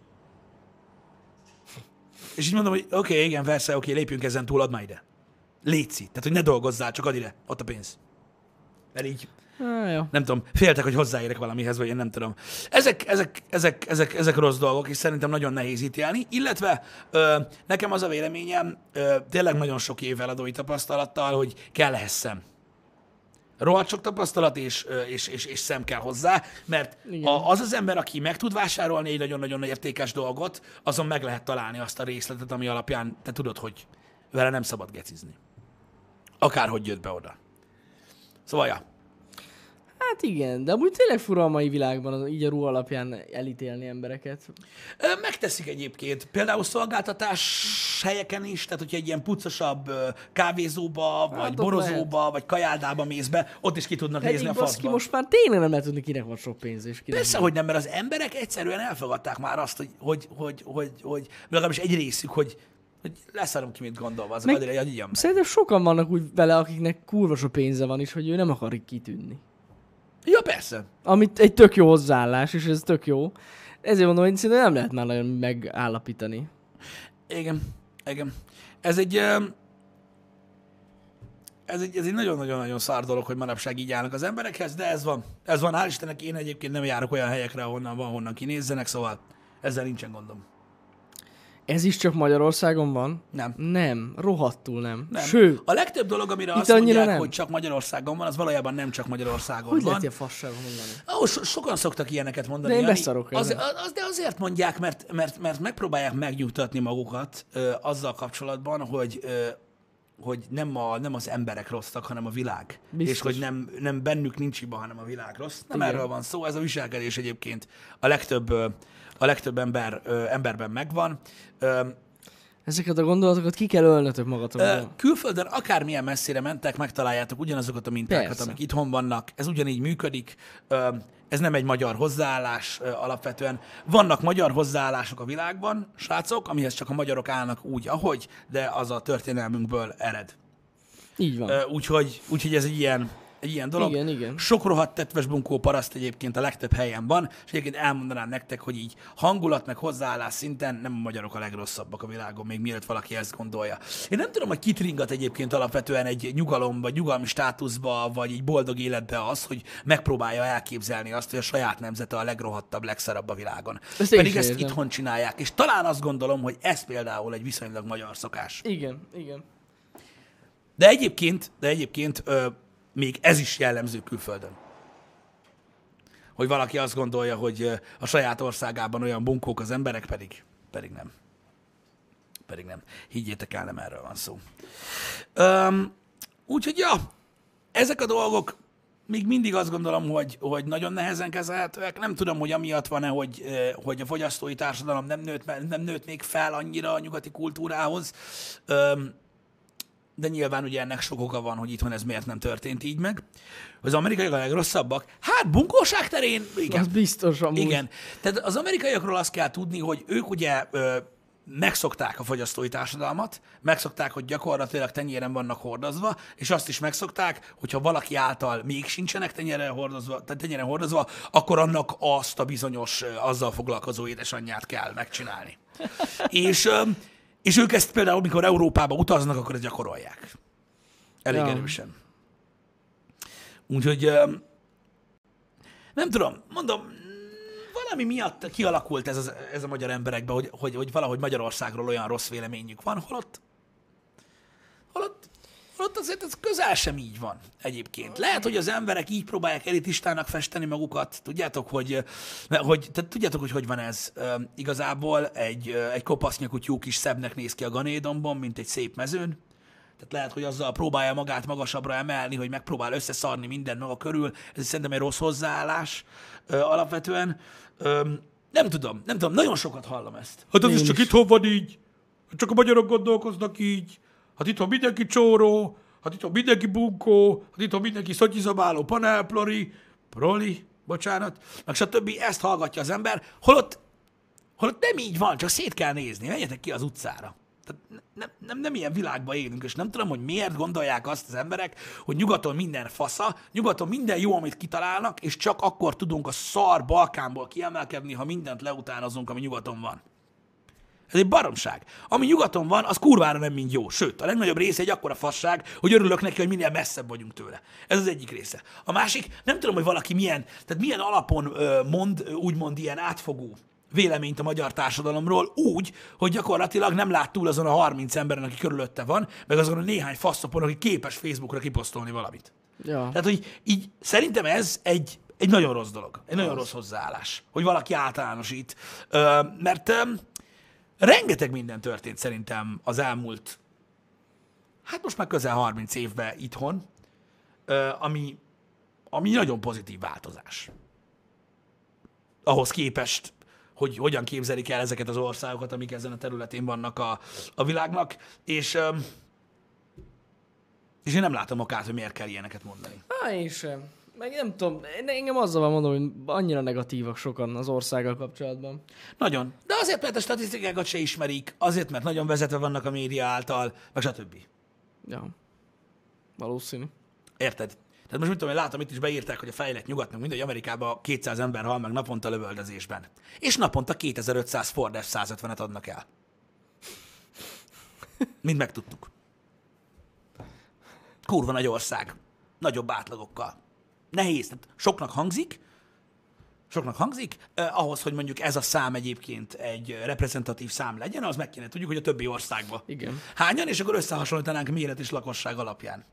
mondom, hogy oké, igen, persze, lépjünk ezen túl, add már ide. Léci. Tehát, hogy ne dolgozzál, csak add ide. Ott a pénz. Mert így, jó. nem tudom, féltek, hogy hozzáérek valamihez, vagy én nem tudom. Ezek rossz dolgok, és szerintem nagyon nehéz ítélni, illetve nekem az a véleményem, tényleg nagyon sok év eladói tapasztalattal, hogy kell ehhez szem. Rohadt sok tapasztalat és szem kell hozzá, mert az ember, aki meg tud vásárolni egy nagyon-nagyon értékes dolgot, azon meg lehet találni azt a részletet, ami alapján te tudod, hogy vele nem szabad gecizni. Akárhogy jött be oda. Szóval, ja. Hát igen, de amúgy tényleg fura a mai világban így a ruha alapján elítélni embereket. Megteszik egyébként. Például szolgáltatás helyeken is, tehát hogyha egy ilyen pucosabb kávézóba, vagy borozóba, vagy kajáldába mész be, ott is ki tudnak nézni a faszba. Most már tényleg nem lehet tudni, kinek van sok pénz és kinek. Persze, hogy nem, mert az emberek egyszerűen elfogadták már azt, hogy legalábbis egy részük, hogy leszarom ki, mit gondolva, az addig egy szerintem sokan vannak úgy vele, akiknek kurva sok pénze van is, hogy ő nem akar kitűnni. Ja, persze. Amit egy tök jó hozzáállás, és ez tök jó. Ezért mondom, hogy szerintem nem lehet már nagyon megállapítani. Igen. Ez egy nagyon-nagyon-nagyon szár dolog, hogy manapság így állnak az emberekhez, de ez van. Hál' Istennek, én egyébként nem járok olyan helyekre, ahonnan kinézzenek, szóval ezzel nincsen gondom. Ez is csak Magyarországon van? Nem. Nem, rohadtul nem. Sőt. A legtöbb dolog, amire azt mondják, hogy csak Magyarországon van, az valójában nem csak Magyarországon van. Hogy lehet ilyen fasságon mondani? Sokan szoktak ilyeneket mondani. De én beszarok de azért mondják, mert megpróbálják megnyugtatni magukat azzal kapcsolatban, hogy nem az emberek rosszak, hanem a világ. Biztos. És hogy nem bennük nincs hiba, hanem a világ rossz. Nem erről van szó, ez a viselkedés egyébként a legtöbb emberben megvan. Ezeket a gondolatokat ki kell ölnötök magatokban. Külföldön akármilyen messzire mentek, megtaláljátok ugyanazokat a mintákat, persze, amik itthon vannak. Ez ugyanígy működik. Ez nem egy magyar hozzáállás alapvetően. Vannak magyar hozzáállások a világban, srácok, amihez csak a magyarok állnak úgy, ahogy, de az a történelmünkből ered. Így van. Úgyhogy ez egy ilyen dolog. Igen. Sok rohadt tetves bunkó paraszt egyébként a legtöbb helyen van, és egyébként elmondanám nektek, hogy így hangulat meg hozzáállás szinten nem a magyarok a legrosszabbak a világon, még mielőtt valaki ezt gondolja. Én nem tudom, hogy kit ringat egyébként alapvetően egy nyugalomba, nyugalmi státuszba, vagy egy boldog életbe az, hogy megpróbálja elképzelni azt, hogy a saját nemzete a legrohadtabb, legszarabb a világon. Pedig ezt itthon csinálják, és talán azt gondolom, hogy ez például egy viszonylag magyar szokás. Igen. De egyébként még ez is jellemző külföldön. Hogy valaki azt gondolja, hogy a saját országában olyan bunkók az emberek, pedig nem. Pedig nem. Higgyétek el, nem erről van szó. Úgyhogy ja, ezek a dolgok még mindig azt gondolom, hogy nagyon nehezen kezelhetőek. Nem tudom, hogy amiatt van-e, hogy a fogyasztói társadalom nem nőtt még fel annyira a nyugati kultúrához. De nyilván ugye ennek sok oka van, hogy itthon ez miért nem történt így meg. Az amerikaiak a legrosszabbak? Hát bunkóság terén, igen. Az biztos amúgy. Igen. Tehát az amerikaiakról azt kell tudni, hogy ők ugye megszokták a fogyasztói társadalmat, megszokták, hogy gyakorlatilag tenyéren vannak hordozva, és azt is megszokták, hogyha valaki által még sincsenek tenyéren hordozva, akkor annak azt a bizonyos azzal foglalkozó édesanyját kell megcsinálni. És ők ezt például, mikor Európába utaznak, akkor ezt gyakorolják. Elég erősen. Úgyhogy nem tudom, mondom, valami miatt kialakult ez a magyar emberekben, hogy valahogy Magyarországról olyan rossz véleményük van, holott azért ez közel sem így van egyébként. Lehet, hogy az emberek így próbálják elitistának festeni magukat. Tudjátok, hogy van ez? Igazából egy kopasznyakú tyúk is szebbnek néz ki a Ganédomban, mint egy szép mezőn. Tehát lehet, hogy azzal próbálja magát magasabbra emelni, hogy megpróbál összeszarni mindent maga körül. Ez szerintem egy rossz hozzáállás alapvetően. Nem tudom, nagyon sokat hallom ezt. Hát az is csak itthon van így. Csak a magyarok gondolkoznak így. Hát itthon mindenki csóró, hát itthon mindenki bunkó, hát itthon mindenki szotyizabáló, panelplori, proli, bocsánat, meg stb. Ezt hallgatja az ember, holott nem így van, csak szét kell nézni, menjetek ki az utcára. Tehát nem ilyen világban élünk, és nem tudom, hogy miért gondolják azt az emberek, hogy nyugaton minden fasza, nyugaton minden jó, amit kitalálnak, és csak akkor tudunk a szar Balkánból kiemelkedni, ha mindent leutánozunk, ami nyugaton van. Ez egy baromság. Ami nyugaton van, az kurvára nem mind jó. Sőt, a legnagyobb része egy akkora fasság, hogy örülök neki, hogy minél messzebb vagyunk tőle. Ez az egyik része. A másik, nem tudom, hogy valaki milyen alapon úgymond ilyen átfogó véleményt a magyar társadalomról úgy, hogy gyakorlatilag nem lát túl azon a 30 emberen, aki körülötte van, meg azon a néhány faszopon, aki képes Facebookra kiposztolni valamit. Ja. Tehát, hogy így szerintem ez egy nagyon rossz dolog. Egy nagyon rossz hozzáállás, hogy valaki általánosít. Mert rengeteg minden történt szerintem az elmúlt, hát most már közel 30 évben itthon, ami nagyon pozitív változás. Ahhoz képest, hogy hogyan képzelik el ezeket az országokat, amik ezen a területén vannak a világnak, és én nem látom okát, hogy miért kell ilyeneket mondani. Én sem. Meg nem tudom, engem azzal van mondom, hogy annyira negatívak sokan az országgal kapcsolatban. Nagyon. De azért, mert a statisztikákat se ismerik, azért, mert nagyon vezetve vannak a média által, meg stb. Ja. Valószínű. Érted? Tehát most mit tudom, én látom, itt is beírták, hogy a fejlett nyugatnak mindegy, Amerikában 200 ember hal meg naponta lövöldözésben. És naponta 2500 Ford F-150-et adnak el. Mind megtudtuk. Kurva nagy ország. Nagyobb átlagokkal. Nehéz. Tehát soknak hangzik, ahhoz, hogy mondjuk ez a szám egyébként egy reprezentatív szám legyen, az meg kéne tudjuk, hogy a többi országban. Igen. Hányan, és akkor összehasonlítanánk méret és lakosság alapján.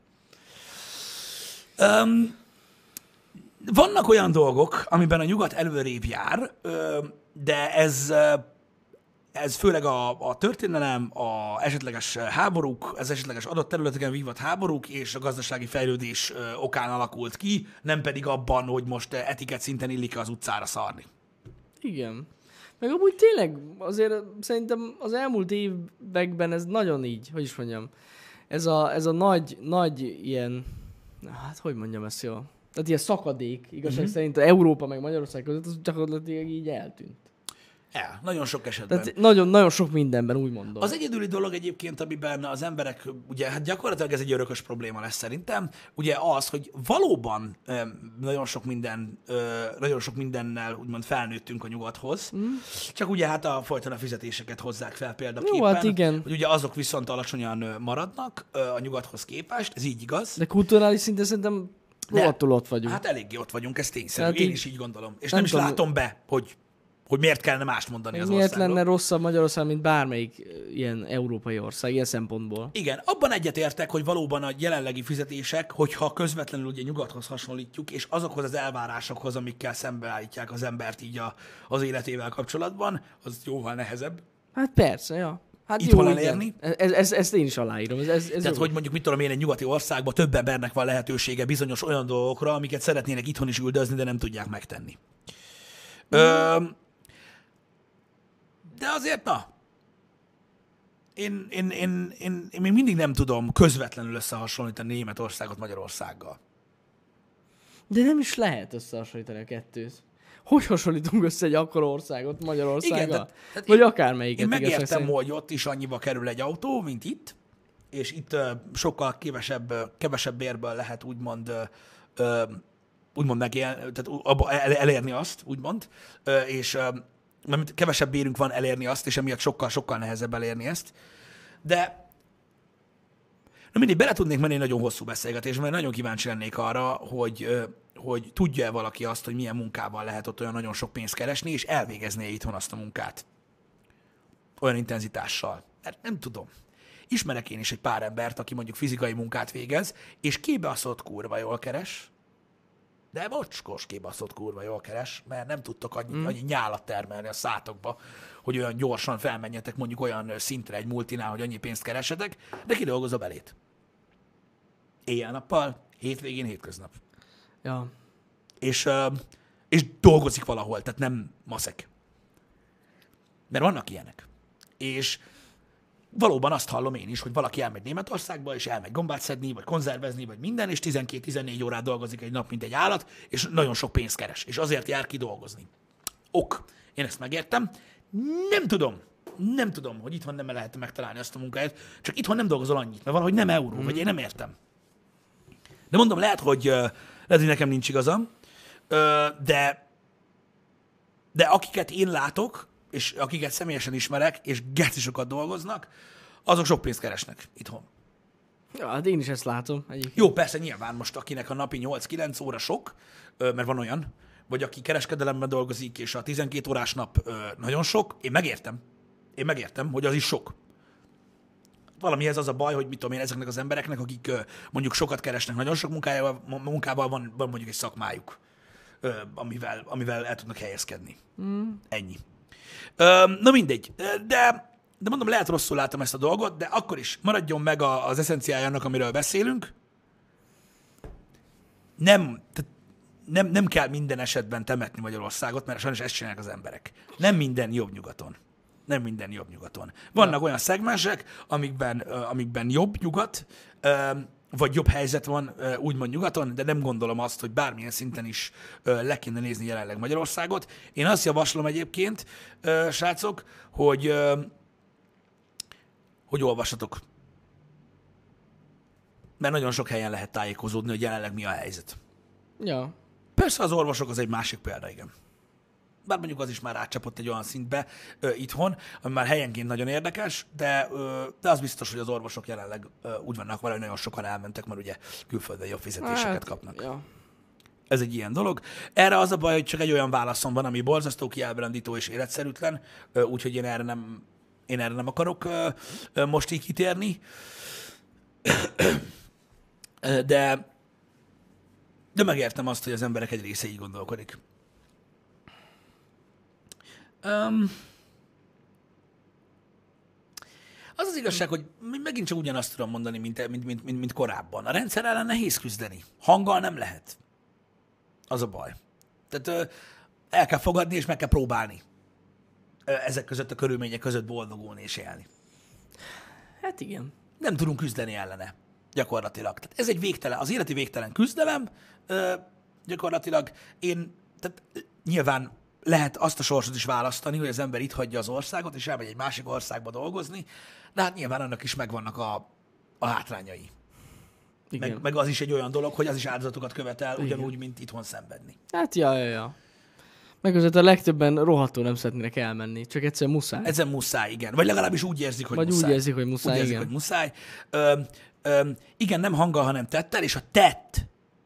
Vannak olyan dolgok, amiben a nyugat előrébb jár, de ez főleg a történelem, a esetleges háborúk, az esetleges adott területeken vívott háborúk és a gazdasági fejlődés okán alakult ki, nem pedig abban, hogy most etikett szinten illik az utcára szarni. Igen. Meg amúgy tényleg azért szerintem az elmúlt években ez nagyon így, hogy is mondjam, ez a nagy ilyen, hát hogy mondjam ezt jól, tehát ilyen szakadék igazság szerint Európa meg Magyarország között, az gyakorlatilag így eltűnt. Nagyon sok esetben. Tehát nagyon sok mindenben, úgy mondom. Az egyedüli dolog egyébként, amiben az emberek, ugye hát gyakorlatilag ez egy örökös probléma lesz szerintem, ugye az, hogy valóban nagyon sok mindennel úgymond felnőttünk a nyugathoz, csak ugye hát folyton a fizetéseket hozzák fel példaképpen, jó, hát igen. hogy ugye azok viszont alacsonyan maradnak a nyugathoz képest, ez így igaz. De kulturális szinten szerintem rohadtul ott vagyunk. Hát eléggé ott vagyunk, ez tényszerű, hát én is így gondolom. És nem is látom be, hogy miért kellene mást mondani az miért országról. lenne rosszabb Magyarország, mint bármelyik ilyen európai ország, ilyen szempontból? Igen, abban egyetértek, hogy valóban a jelenlegi fizetések, hogyha közvetlenül ugye nyugathoz hasonlítjuk, és azokhoz az elvárásokhoz, amikkel szembeállítják az embert így az életével kapcsolatban, az jóval nehezebb. Hát persze, ja. Hát Itthon jó, elérni. Ezt én is aláírom. Ez Tehát, jó. hogy mondjuk mit tudom én, egy nyugati országban több embernek van lehetősége bizonyos olyan dolgokra, amiket szeretnének itthon is üldözni, de nem tudják megtenni. De azért, én még mindig nem tudom közvetlenül összehasonlítani Németországot Magyarországgal. De nem is lehet összehasonlítani a kettőt. Hogy hasonlítunk össze egy akkora országot Magyarországgal? Igen, tehát vagy akármelyiket. Én megértem, hogy ott is annyiba kerül egy autó, mint itt, és itt sokkal kevesebb bérből lehet úgymond tehát elérni azt, úgymond, és kevesebb bérünk van elérni azt, és emiatt sokkal nehezebb elérni ezt. De mindig bele tudnék menni egy nagyon hosszú beszélgetésbe, mert nagyon kíváncsi lennék arra, hogy tudja-e valaki azt, hogy milyen munkával lehet ott olyan nagyon sok pénzt keresni, és elvégezni itthon azt a munkát. Olyan intenzitással. Hát nem tudom. Ismerek én is egy pár embert, aki mondjuk fizikai munkát végez, és kibaszott kurva jól keres, de mocskos kibaszott kurva jól keres, mert nem tudtok annyi nyálat termelni a szátokba, hogy olyan gyorsan felmenjetek mondjuk olyan szintre egy multinál, hogy annyi pénzt keresetek, de kidolgozza belét. Éjjel-nappal, hétvégén, hétköznap. Ja. És dolgozik valahol, tehát nem maszek. Mert vannak ilyenek. És valóban azt hallom én is, hogy valaki elmegy Németországba, és elmegy gombát szedni, vagy konzervezni, vagy minden, és 12-14 órát dolgozik egy nap, mint egy állat, és nagyon sok pénzt keres, és azért jár ki dolgozni. Én ezt megértem. Nem tudom, hogy itthon nem lehet megtalálni azt a munkáját, csak itthon nem dolgozol annyit, mert valahogy nem euró, vagy én nem értem. De mondom, lehet, hogy nekem nincs igazam, de akiket én látok, és akiket személyesen ismerek, és geci sokat dolgoznak, azok sok pénzt keresnek itthon. Ja, hát én is ezt látom egyébként. Jó, persze nyilván most akinek a napi 8-9 óra sok, mert van olyan, vagy aki kereskedelemben dolgozik, és a 12 órás nap nagyon sok, én megértem, hogy az is sok. Valamihez az a baj, hogy mit tudom én, ezeknek az embereknek, akik mondjuk sokat keresnek, nagyon sok munkával van mondjuk egy szakmájuk, amivel el tudnak helyezkedni. Ennyi. Na mindegy, de mondom, lehet rosszul látom ezt a dolgot, de akkor is maradjon meg az eszenciája annak, amiről beszélünk. Nem kell minden esetben temetni Magyarországot, mert sajnos ezt csinálják az emberek. Nem minden jobb nyugaton. Vannak olyan szegmensek, amikben jobb nyugat, vagy jobb helyzet van úgymond nyugaton, de nem gondolom azt, hogy bármilyen szinten is le kéne nézni jelenleg Magyarországot. Én azt javaslom egyébként, srácok, hogy olvassatok. Mert nagyon sok helyen lehet tájékozódni, hogy jelenleg mi a helyzet. Ja. Persze az orvosok az egy másik példa, igen. Bár mondjuk az is már átcsapott egy olyan szintbe itthon, ami már helyenként nagyon érdekes, de az biztos, hogy az orvosok jelenleg úgy vannak vele, hogy nagyon sokan elmentek, mert ugye külföldön jobb fizetéseket kapnak. Ja. Ez egy ilyen dolog. Erre az a baj, hogy csak egy olyan válaszom van, ami borzasztó, kiábrándító és életszerűtlen, úgyhogy én erre nem akarok most így kitérni. De megértem azt, hogy az emberek egy része így gondolkodik. Az igazság, hogy megint csak ugyanazt tudom mondani, mint korábban. A rendszer ellen nehéz küzdeni. Hanggal nem lehet. Az a baj. Tehát el kell fogadni, és meg kell próbálni ezek között a körülmények között boldogulni és élni. Hát igen. Nem tudunk küzdeni ellene, gyakorlatilag. Tehát ez egy végtelen, az életi végtelen küzdelem, gyakorlatilag tehát nyilván lehet azt a sorsot is választani, hogy az ember itt hagyja az országot, és elmegy egy másik országba dolgozni, de hát nyilván annak is megvannak a hátrányai. Meg az is egy olyan dolog, hogy az is áldozatokat követel, ugyanúgy, mint itthon szenvedni. Hát ja. Meg azért a legtöbben rohadtul nem szeretnének elmenni, csak egyszerűen muszáj. Egyszerűen muszáj, igen. Vagy legalábbis úgy érzik, hogy vagy muszáj. Úgy érzik, hogy muszáj, úgy érzik, igen. Hogy muszáj. Igen, nem hanggal, hanem tettel, és a tett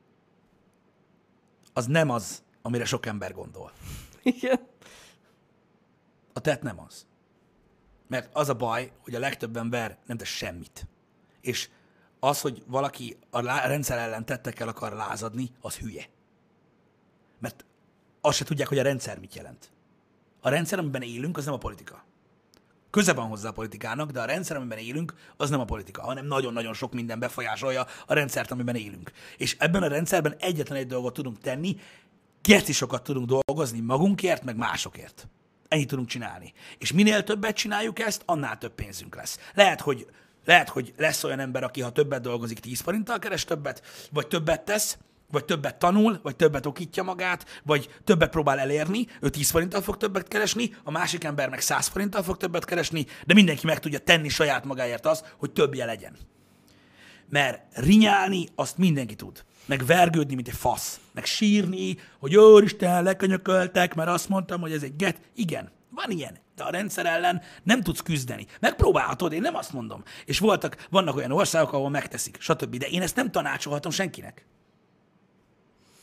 az nem az, amire sok ember gondol. Igen. A tett nem az. Mert az a baj, hogy a legtöbb ember nem tesz semmit. És az, hogy valaki a rendszer ellen tettekkel akar lázadni, az hülye. Mert azt se tudják, hogy a rendszer mit jelent. A rendszer, amiben élünk, az nem a politika. Köze van hozzá a politikának, de a rendszer, amiben élünk, az nem a politika, hanem nagyon-nagyon sok minden befolyásolja a rendszert, amiben élünk. És ebben a rendszerben egyetlen egy dolgot tudunk tenni, geci sokat tudunk dolgozni magunkért, meg másokért. Ennyit tudunk csinálni. És minél többet csináljuk ezt, annál több pénzünk lesz. Lehet, hogy lesz olyan ember, aki ha többet dolgozik, 10 forinttal keres többet, vagy többet tesz, vagy többet tanul, vagy többet okítja magát, vagy többet próbál elérni, ő 10 forinttal fog többet keresni, a másik ember meg 100 forinttal fog többet keresni, de mindenki meg tudja tenni saját magáért az, hogy többje legyen. Mert rinyálni azt mindenki tud. Meg vergődni, mint egy fasz. Meg sírni, hogy Úristen, lekönyököltek, mert azt mondtam, hogy ez egy get. Igen, van ilyen. De a rendszer ellen nem tudsz küzdeni. Megpróbálhatod, én nem azt mondom. És vannak olyan országok, ahol megteszik, stb. De én ezt nem tanácsolhatom senkinek.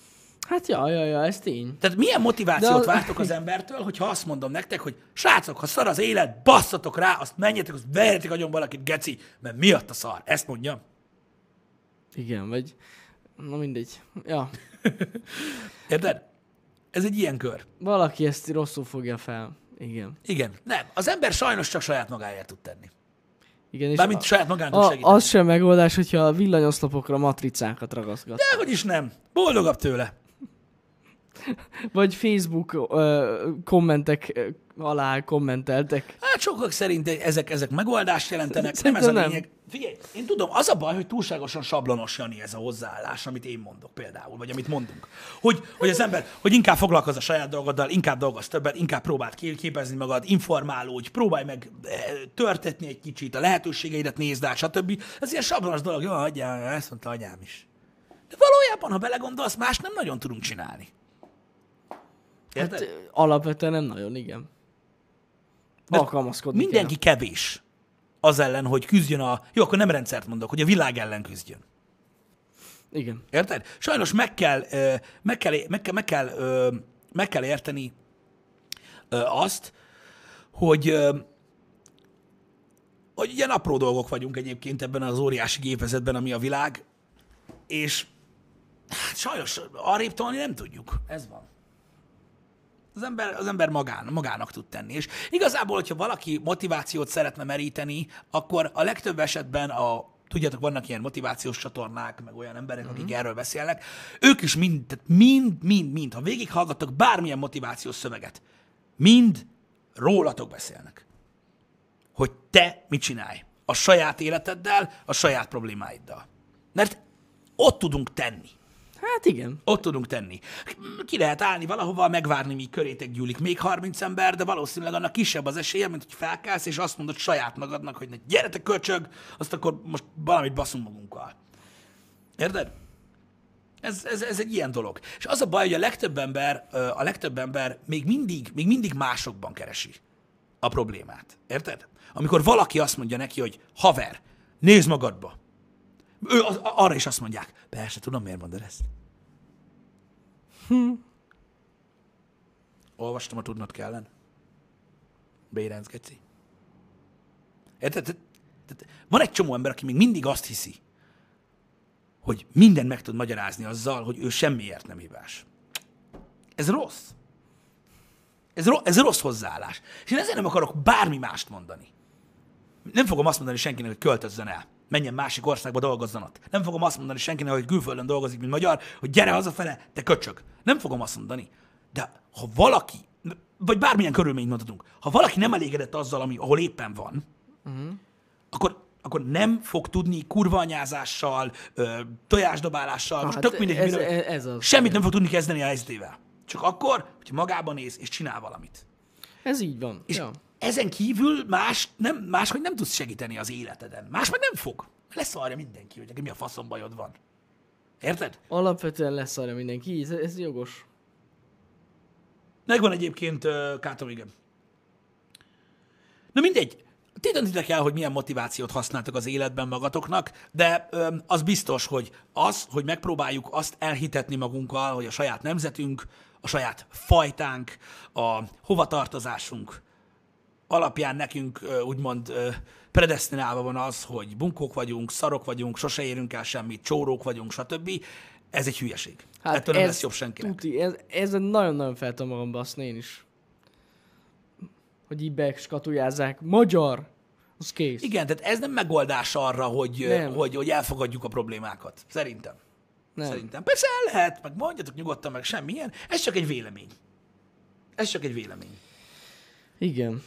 Hát ja, ez tény. Tehát milyen motivációt vártok az embertől, hogyha azt mondom nektek, hogy srácok, ha szar az élet, basszatok rá, azt menjetek, azt verjetek agyon valakit, geci, mert miatt a szar? Ezt mondjam. Igen, vagy... Na mindegy. Ja. Érted? Ez egy ilyen kör. Valaki ezt rosszul fogja fel. Igen. Igen. Nem. Az ember sajnos csak saját magáért tud tenni. Igen, és Bármint saját magán tud segíteni. Az sem megoldás, hogyha a villanyoszlopokra matricákat ragaszgat. Dehogy is nem. Boldogabb tőle. Vagy Facebook kommentek alá kommenteltek. Hát sokak szerint ezek megoldást jelentenek. Nem ez Szerintem a nem. lényeg. Figyelj, én tudom, az a baj, hogy túlságosan sablonos, Jani, ez a hozzáállás, amit én mondok például, vagy amit mondunk. Hogy az ember, hogy inkább foglalkozz a saját dolgoddal, inkább dolgozz többet, inkább próbáld képezni magad, informálódj, próbálj meg törtetni egy kicsit, a lehetőségeidet nézd át, stb. Ez ilyen sablonos dolog, jó, hagyjál, ezt mondta anyám is. De valójában, ha belegondolsz, más nem nagyon tudunk csinálni. Érted? Hát alapvetően nem nagyon, igen. Alkalmazkodni Mindenki kevés az ellen, hogy küzdjön Jó, akkor nem rendszert mondok, hogy a világ ellen küzdjön. Igen. Érted? Sajnos meg kell érteni azt, hogy ilyen apró dolgok vagyunk egyébként ebben az óriási gépezetben, ami a világ, és hát sajnos arrébb tolni nem tudjuk. Ez van. Az ember magának tud tenni. És igazából, hogyha valaki motivációt szeretne meríteni, akkor a legtöbb esetben tudjátok, vannak ilyen motivációs csatornák, meg olyan emberek, akik erről beszélnek, ők is mind, ha végighallgattok bármilyen motivációs szöveget, mind rólatok beszélnek. Hogy te mit csinálj a saját életeddel, a saját problémáiddal. Mert ott tudunk tenni. Hát igen. Ott tudunk tenni. Ki lehet állni valahova, megvárni, míg körétek gyűlik még 30 ember, de valószínűleg annak kisebb az esélye, mint hogy felkelsz, és azt mondod saját magadnak, hogy ne gyere köcsög, azt akkor most valamit baszunk magunkkal. Érted? Ez egy ilyen dolog. És az a baj, hogy a legtöbb ember még mindig másokban keresi a problémát. Érted? Amikor valaki azt mondja neki, hogy haver, nézd magadba. Arra is azt mondják. Persze, tudom, miért mondod ezt. Olvastam, a tudnod kellene. Bérenc, geci. Érted? Van egy csomó ember, aki még mindig azt hiszi, hogy mindent meg tud magyarázni azzal, hogy ő semmiért nem hibás. Ez rossz. Ez rossz hozzáállás. És én ezért nem akarok bármi mást mondani. Nem fogom azt mondani senkinek, hogy költözzön el. Menjen másik országba, dolgozzon ott. Nem fogom azt mondani senkinek, hogy külföldön dolgozik, mint magyar, hogy gyere hazafele, te köcsög. Nem fogom azt mondani. De ha valaki, vagy bármilyen körülményt mondhatunk, ha valaki nem elégedett azzal, ahol éppen van, akkor nem fog tudni kurvanyázással, tojásdobálással, most tök mindegy, semmit nem fog tudni kezdeni a helyzetével. Csak akkor, hogy magában néz és csinál valamit. Ez így van. És ezen kívül máshogy nem tudsz segíteni az életeden. Más meg nem fog. Leszarja mindenki, hogy neki mi a faszom bajod van. Érted? Alapvetően leszarja mindenki, ez jogos. Megvan egyébként, Kátom, igen. Na mindegy. Ti döntitek el, hogy milyen motivációt használtok az életben magatoknak, de az biztos, hogy hogy megpróbáljuk azt elhitetni magunkkal, hogy a saját nemzetünk, a saját fajtánk, a hovatartozásunk alapján nekünk úgymond predesztinálva van az, hogy bunkók vagyunk, szarok vagyunk, sose érünk el semmit, csórók vagyunk, stb. Ez egy hülyeség. Hát ettől nem lesz jobb senkinek. Tuti, ez nagyon-nagyon fel tudom magam baszni én is. Hogy így skatujázzák. Magyar! Az kész. Igen, tehát ez nem megoldás arra, hogy elfogadjuk a problémákat. Szerintem. Nem. Szerintem. Persze el lehet, meg mondjatok nyugodtan, meg semmilyen. Ez csak egy vélemény. Igen.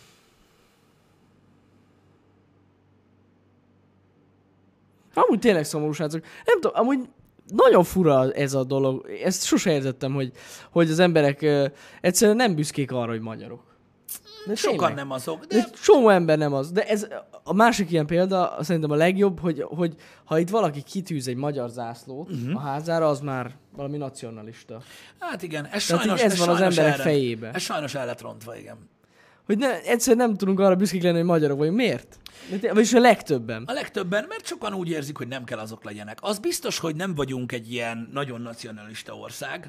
Amúgy tényleg szomorú, srácok. Nem tudom, amúgy nagyon fura ez a dolog. Ezt sose értettem, hogy az emberek egyszerűen nem büszkék arra, hogy magyarok. De sokan nem azok. De csomó ember nem az. De ez a másik ilyen példa, szerintem a legjobb, hogy ha itt valaki kitűz egy magyar zászlót a házára, az már valami nacionalista. Hát igen, ez van az emberek fejébe. Ez sajnos el lett rontva, igen. Hogy egyszerűen nem tudunk arra büszkék lenni, hogy magyarok vagyunk. Miért? Vagyis a legtöbben. A legtöbben, mert sokan úgy érzik, hogy nem kell azok legyenek. Az biztos, hogy nem vagyunk egy ilyen nagyon nacionalista ország,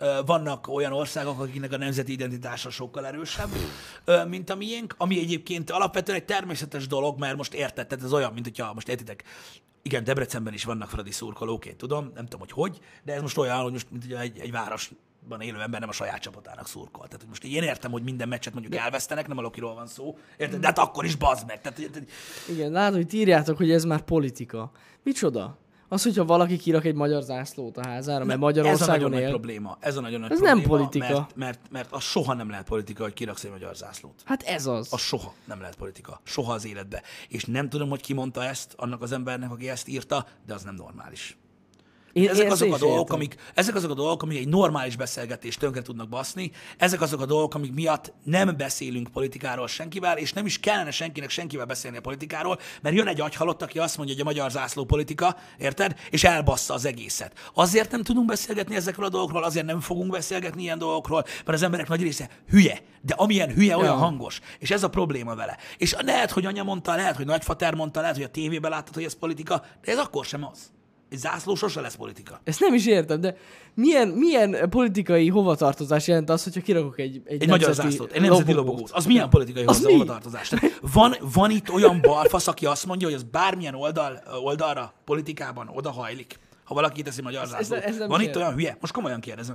vannak olyan országok, akiknek a nemzeti identitása sokkal erősebb, mint a miénk, ami egyébként alapvetően egy természetes dolog, mert most érted, tehát ez olyan, mint hogyha most értitek, igen, Debrecenben is vannak Fradi szurkolók, én tudom, nem tudom, hogy, de ez most olyan, hogy most mint egy városban élő ember nem a saját csapatának szurkol. Tehát hogy most én értem, hogy minden meccset mondjuk elvesztenek, nem a Lokiról van szó, érted? De hát akkor is bazd meg. Tehát, igen, látod, hogy írjátok, hogy ez már politika. Micsoda? Az, hogyha valaki kirak egy magyar zászlót a házára, mert Magyarországon él. Ez a nagyon nagy ez probléma. Nem politika. Mert az soha nem lehet politika, hogy kiraksz egy magyar zászlót. Hát ez az. Az soha nem lehet politika. Soha az életbe. És nem tudom, hogy ki mondta ezt annak az embernek, aki ezt írta, de az nem normális. Ezek azok a dolgok, amik egy normális beszélgetést tönkre tudnak baszni, ezek azok a dolgok, amik miatt nem beszélünk politikáról senkivel, és nem is kellene senkivel beszélni a politikáról, mert jön egy agyhalott, aki azt mondja, hogy a magyar zászló politika, érted? És elbassza az egészet. Azért nem tudunk beszélgetni ezekről a dolgokról, azért nem fogunk beszélgetni ilyen dolgokról, mert az emberek nagy része hülye, de amilyen hülye, olyan hangos. És ez a probléma vele. És lehet, hogy anya mondta, lehet, hogy nagyfater mondta, lehet, hogy a tévében láttad, hogy ez politika, de ez akkor sem az. Egy zászló sose lesz politika. Ezt nem is értem, de milyen politikai hovatartozás jelent az, hogyha kirakok egy magyar zászlót, egy nemzeti lobogót. Az milyen politikai hovatartozás? Van itt olyan balfasz, aki azt mondja, hogy az bármilyen oldalra, politikában odahajlik, ha valaki teszi magyar zászlót. Van itt olyan hülye? Most komolyan kérdezem.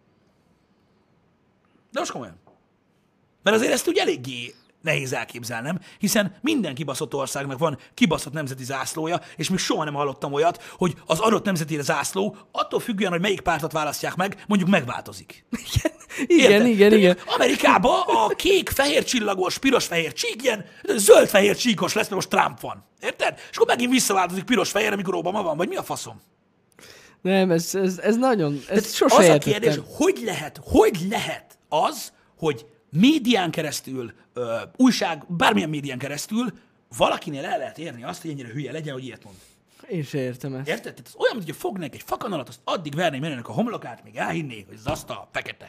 De most komolyan. Mert azért ezt úgy eléggé nehéz elképzelnem, hiszen minden kibaszott országnak van kibaszott nemzeti zászlója, és még soha nem hallottam olyat, hogy az adott nemzeti zászló attól függően, hogy melyik pártot választják meg, mondjuk megváltozik. Igen. Amerikában a kék-fehér csillagos, piros-fehér csík ilyen zöld-fehér csíkos lesz, mert most Trump van. Érted? És akkor megint visszaváltozik piros-fehér, amikor Obama van, vagy mi a faszom? Nem, ez nagyon... Ez sose az a kérdés, hogy lehet az, hogy médián keresztül, bármilyen médián keresztül valakinél el lehet érni azt, hogy ennyire hülye legyen, hogy ilyet mond. Én se értem ezt. Érted? Tehát ez olyan, mintha fognánk egy fakanalat, azt addig vernék mindennek a homlokát, még elhinnék, hogy az asztal fekete.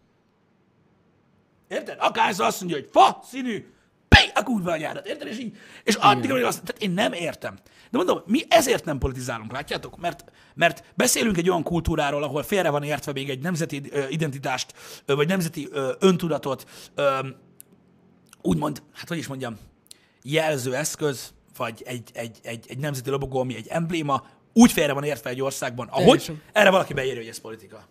Érted? Akárszor azt mondja, hogy fa színű, a kurva anyádat, érted? És addig, hogy azt, tehát én nem értem. De mondom, mi ezért nem politizálunk, látjátok? Mert beszélünk egy olyan kultúráról, ahol félre van értve még egy nemzeti identitást, vagy nemzeti öntudatot, úgymond, hát hogy is mondjam, jelző eszköz, vagy egy nemzeti lobogó, ami egy embléma, úgy félre van értve egy országban, ahogy erre valaki beírja, hogy ez politika.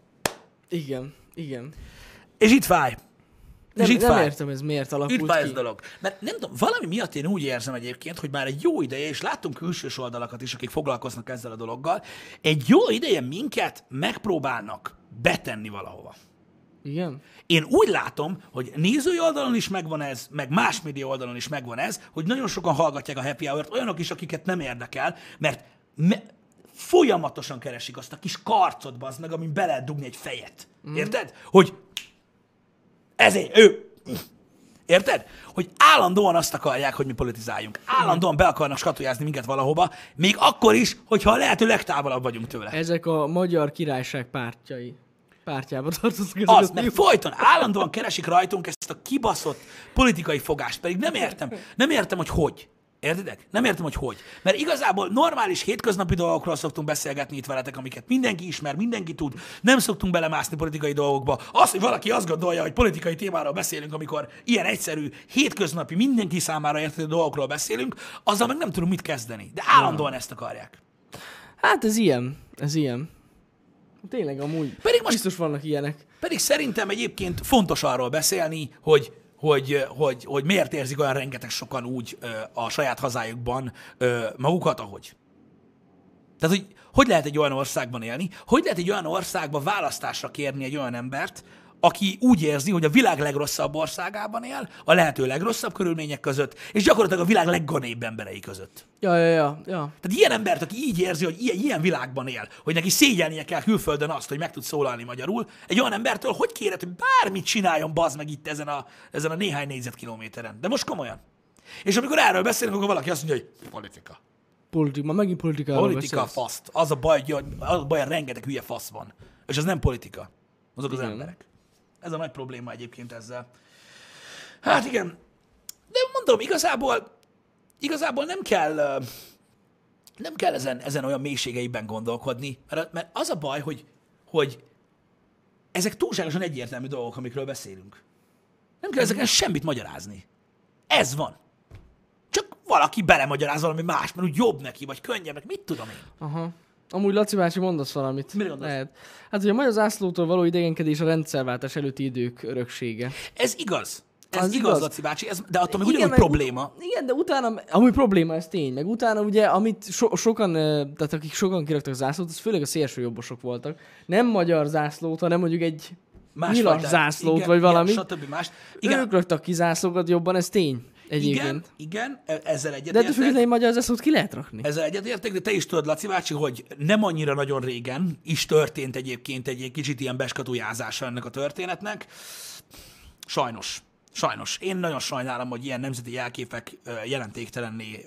Igen. És itt fáj. Nem értem, ez miért alakult itt ki. Ez dolog. Mert nem tudom, valami miatt én úgy érzem egyébként, hogy már egy jó ideje, és láttunk külsős oldalakat is, akik foglalkoznak ezzel a dologgal, egy jó ideje minket megpróbálnak betenni valahova. Igen? Én úgy látom, hogy nézői oldalon is megvan ez, meg más média oldalon is megvan ez, hogy nagyon sokan hallgatják a happy hour-t, olyanok is, akiket nem érdekel, mert folyamatosan keresik azt a kis karcot, bazd meg, amin be lehet dugni egy fejet. Érted? Hogy ezért ő. Érted? Hogy állandóan azt akarják, hogy mi politizáljunk. Állandóan be akarnak skatujázni minket valahova, még akkor is, hogyha a lehető legtávolabb vagyunk tőle. Ezek a Magyar Királyság pártjába tartoznak. Az, mert folyton állandóan keresik rajtunk ezt a kibaszott politikai fogást, pedig nem értem, hogy. Értitek? Nem értem, hogy. Mert igazából normális, hétköznapi dolgokról szoktunk beszélgetni itt veletek, amiket mindenki ismer, mindenki tud. Nem szoktunk belemászni politikai dolgokba. Az, hogy valaki azt gondolja, hogy politikai témáról beszélünk, amikor ilyen egyszerű, hétköznapi, mindenki számára érthető dolgokról beszélünk, azzal meg nem tudunk mit kezdeni. De állandóan ezt akarják. Hát ez ilyen. Tényleg amúgy biztos vannak ilyenek. Pedig szerintem egyébként fontos arról beszélni, hogy miért érzik olyan rengeteg sokan úgy a saját hazájukban magukat, ahogy. Tehát, hogy lehet egy olyan országban élni, hogy lehet egy olyan országban választásra kérni egy olyan embert, aki úgy érzi, hogy a világ legrosszabb országában él, a lehető legrosszabb körülmények között, és gyakorlatilag a világ legganébb emberei között. Ja. Tehát ilyen embert, aki így érzi, hogy ilyen világban él, hogy neki szégyelnie kell külföldön azt, hogy meg tud szólalni magyarul, egy olyan embertől hogy kéred, hogy bármit csináljon, bazd meg itt ezen a néhány négyzetkilométeren. De most komolyan. És amikor erről beszélünk, akkor valaki azt mondja, hogy politika. Ma megint politikáról Politika faszt. Az a baj, hogy rengeteg hülye fasz van. És az nem politika. Azok az emberek. Ez a nagy probléma egyébként ezzel. Hát igen. De mondom, igazából nem kell ezen olyan mélységeiben gondolkodni, mert az a baj, hogy ezek túlságosan egyértelmű dolgok, amikről beszélünk. Nem kell ezeken semmit magyarázni. Ez van. Csak valaki belemagyáráz valami más, mert úgy jobb neki, vagy könnyebb, meg mit tudom én. Aha. Amúgy Laci bácsi, mondasz valamit. Mire gondolsz? Lehet. Hát, hogy a magyar zászlótól való idegenkedés a rendszerváltás előtti idők öröksége. Ez igaz. Ez Az igaz, igaz. Laci bácsi, de attól még Igen, ugyanúgy meg probléma. Igen, de utána, amúgy probléma, ez tény. Meg utána ugye, amit sokan, tehát akik sokan kiraktak zászlót, az főleg a szélsőjobbosok voltak. Nem magyar zászlót, hanem mondjuk egy nyilas zászlót, igen, vagy valami. Igen, stb. Más. Igen, Ők raktak ki zászlókat jobban, ez tény. Egyébként. Igen, ezzel De egyetértek. ettől függetlenül magyar zászlót ki lehet rakni. Ezzel egyetértek, de te is tudod, Laci bácsi, hogy nem annyira nagyon régen is történt egyébként egy kicsit ilyen beskatujázása ennek a történetnek. Sajnos. Sajnos. Én nagyon sajnálom, hogy ilyen nemzeti jelképek jelentéktelenné,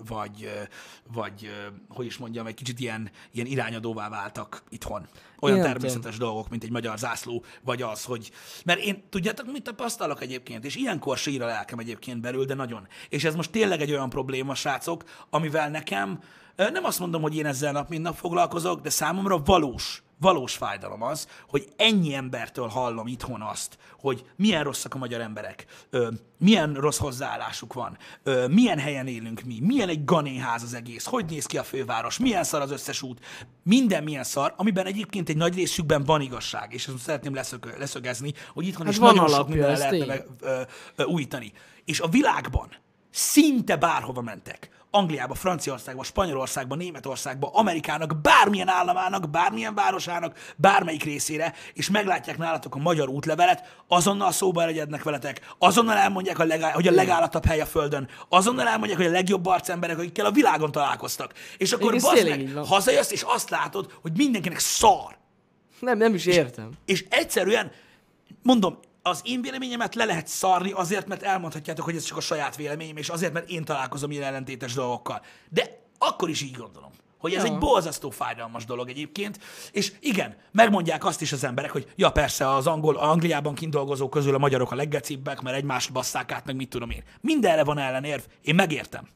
vagy hogy is mondjam, egy kicsit ilyen irányadóvá váltak itthon. Olyan Én nem természetes dolgok, mint egy magyar zászló, vagy az, hogy... Mert én, tudjátok, mit tapasztalok egyébként, és ilyenkor sír a lelkem egyébként belül, de nagyon. És ez most tényleg egy olyan probléma, srácok, amivel nekem, nem azt mondom, hogy én ezzel nap mint nap foglalkozok, de számomra valós fájdalom az, hogy ennyi embertől hallom itthon azt, hogy milyen rosszak a magyar emberek, milyen rossz hozzáállásuk van, milyen helyen élünk mi, milyen egy ganéház az egész, hogy néz ki a főváros, milyen szar az összes út, minden milyen szar, amiben egyébként egy nagy részükben van igazság, és ezt szeretném leszögezni, hogy itthon is nagyon sok mindenre lehetne újítani. És a világban szinte bárhova mentek, Angliába, Franciaországba, Spanyolországba, Németországba, Amerikának, bármilyen államának, bármilyen városának, bármelyik részére, és meglátják nálatok a magyar útlevelet, azonnal szóba elegyednek veletek, azonnal elmondják, hogy a legállatabb hely a földön, azonnal elmondják, hogy a legjobb arcemberek, akikkel a világon találkoztak. És akkor bazd meg, hazajössz, és azt látod, hogy mindenkinek szar. Nem is értem. És egyszerűen, mondom, az én véleményemet le lehet szarni azért, mert elmondhatjátok, hogy ez csak a saját véleményem, és azért, mert én találkozom ilyen ellentétes dolgokkal. De akkor is így gondolom, hogy ez egy borzasztó fájdalmas dolog egyébként, és igen, megmondják azt is az emberek, hogy ja persze, az Angliában kint dolgozók közül a magyarok a leggecibbek, mert egymást basszák át, meg mit tudom én. Mindenre van ellenérv, én megértem.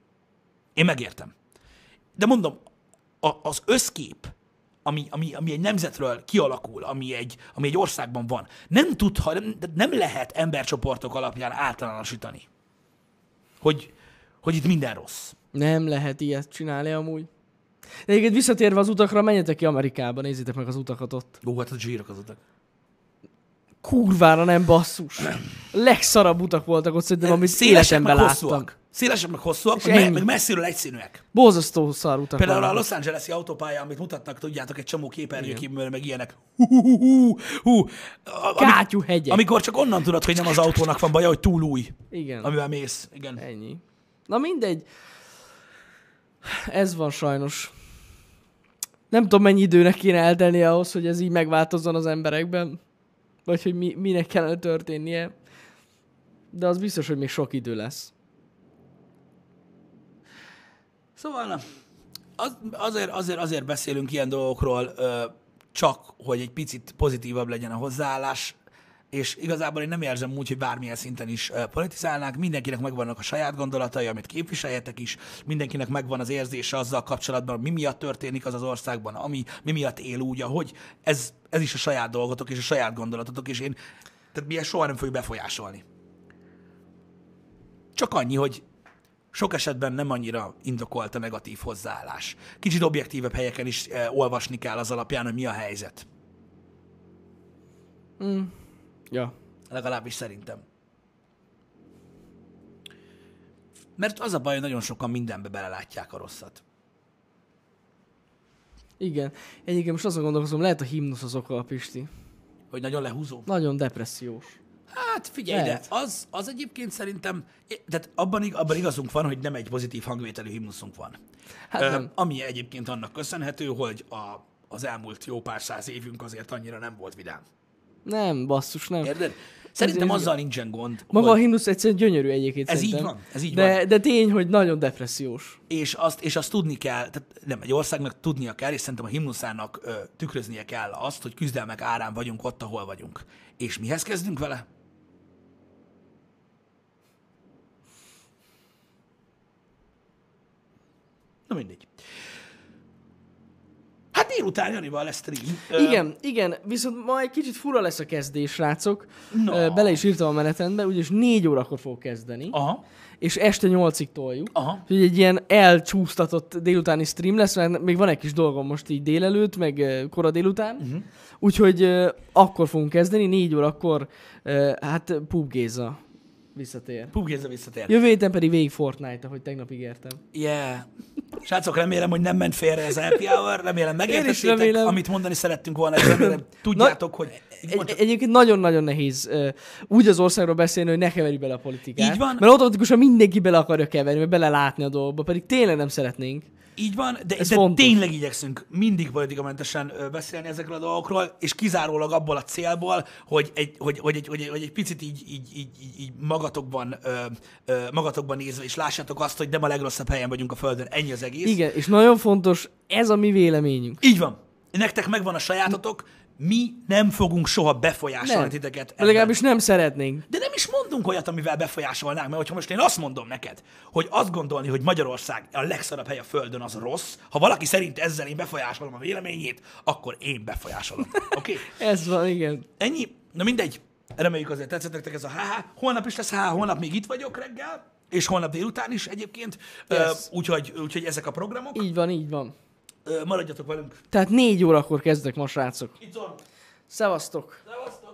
De mondom, az összkép, ami egy nemzetről kialakul, ami egy országban van, nem lehet embercsoportok alapján általánosítani, hogy itt minden rossz. Nem lehet ilyet csinálni amúgy. De egyébként visszatérve az utakra, menjetek ki Amerikába, nézzétek meg az utakat ott. Ó, hát a zsírok az utak. Kurvára nem, basszus. A legszarabb utak voltak ott szerintem, amit életemben láttam. Szélesek, meg hosszúak, meg messziről egyszínűek. Borzasztó szar utak. Például a Los Angeles-i autópálya, amit mutatnak, tudjátok, egy csomó képernyőképből, meg ilyenek. Kátyú hegyek. Amikor csak onnan tudod, hogy nem az autónak van baja, hogy túl új. Igen. Amivel mész. Igen. Ennyi. Na mindegy. Ez van sajnos. Nem tudom, mennyi időnek kéne eltelnie ahhoz, hogy ez így megváltozzon az emberekben. Vagy hogy minek kellene történnie. De az biztos, hogy még sok idő lesz. Szóval na, azért beszélünk ilyen dolgokról, csak hogy egy picit pozitívabb legyen a hozzáállás, és igazából én nem érzem úgy, hogy bármilyen szinten is politizálnánk, mindenkinek megvannak a saját gondolatai, amit képviseljetek is, mindenkinek megvan az érzése azzal kapcsolatban, mi miatt történik az országban, mi miatt él úgy, ahogy ez is a saját dolgotok és a saját gondolatotok, és tehát mi ezt soha nem fogjuk befolyásolni. Csak annyi, hogy sok esetben nem annyira indokolt a negatív hozzáállás. Kicsit objektívebb helyeken is olvasni kell az alapján, hogy mi a helyzet. Ja. Legalábbis szerintem. Mert az a baj, hogy nagyon sokan mindenbe belelátják a rosszat. Igen. Egyébként most azon gondolkozom, lehet a himnusz az oka, Pisti. Hogy nagyon lehúzó? Nagyon depressziós. Hát figyelj ide, az egyébként szerintem, tehát abban igazunk van, hogy nem egy pozitív hangvételű himnuszunk van. Hát nem. Ami egyébként annak köszönhető, hogy az elmúlt jó pár száz évünk azért annyira nem volt vidám. Nem, basszus, nem. Érted? Szerintem azzal nincsen gond. Maga a himnusz egyszerűen gyönyörű egyébként ez szerintem. Így van, ez így van. De tény, hogy nagyon depressziós. És azt tudni kell, tehát nem, egy országnak tudnia kell, és szerintem a himnuszának tükröznie kell azt, hogy küzdelmek árán vagyunk ott, ahol vagyunk. És mihez kezdünk vele? Na mindegy. Hát délután Janival lesz stream. Igen, viszont ma egy kicsit fura lesz a kezdés, srácok. Na. Bele is írtam a menetrendbe, úgyis 4 órakor fog kezdeni. Aha. És este 8-ig toljuk. Aha. Úgyhogy egy ilyen elcsúsztatott délutáni stream lesz, mert még van egy kis dolgom most így délelőtt, meg kora délután. Úgyhogy akkor fogunk kezdeni, 4 órakor, hát Pub Géza visszatér. Pub Géza visszatér. Jövő héten pedig végig Fortnite, ahogy tegnap ígértem. Yeah. Srácok, remélem, hogy nem ment félre ez a happy hour, remélem megértettétek, remélem. amit mondani szerettünk volna, és remélem tudjátok, hogy... Egyébként nagyon-nagyon nehéz úgy az országról beszélni, hogy ne keverj bele a politikát. Így van. Mert automatikusan mindenki bele akarja keverni, vagy belelátni a dolgokba, pedig tényleg nem szeretnénk. Így van, de fontos. tényleg igyekszünk mindig politikamentesen beszélni ezekről a dolgokról, és kizárólag abból a célból, hogy egy picit így magatokban nézve, és lássátok azt, hogy nem a legrosszabb helyen vagyunk a Földön. Ennyi az egész. Igen, és nagyon fontos, ez a mi véleményünk. Így van. Nektek megvan a sajátotok, mi nem fogunk soha befolyásolni titeket. De legalábbis nem szeretnénk. De nem is mondunk olyat, amivel befolyásolnánk, mert hogyha most én azt mondom neked, hogy azt gondolni, hogy Magyarország a legszarabb hely a Földön, az rossz, ha valaki szerint ezzel én befolyásolom a véleményét, akkor én befolyásolom. Oké? Okay? Ez van, igen. Ennyi? Na mindegy. Reméljük azért tetszett nektek ez a HH. Holnap is lesz HH, holnap még itt vagyok reggel, és holnap délután is egyébként. Yes. Úgyhogy ezek a programok. Így van. Maradjatok velünk. Tehát 4 órakor kezdek ma, srácok. Itt van. Szevasztok! Szevasztok.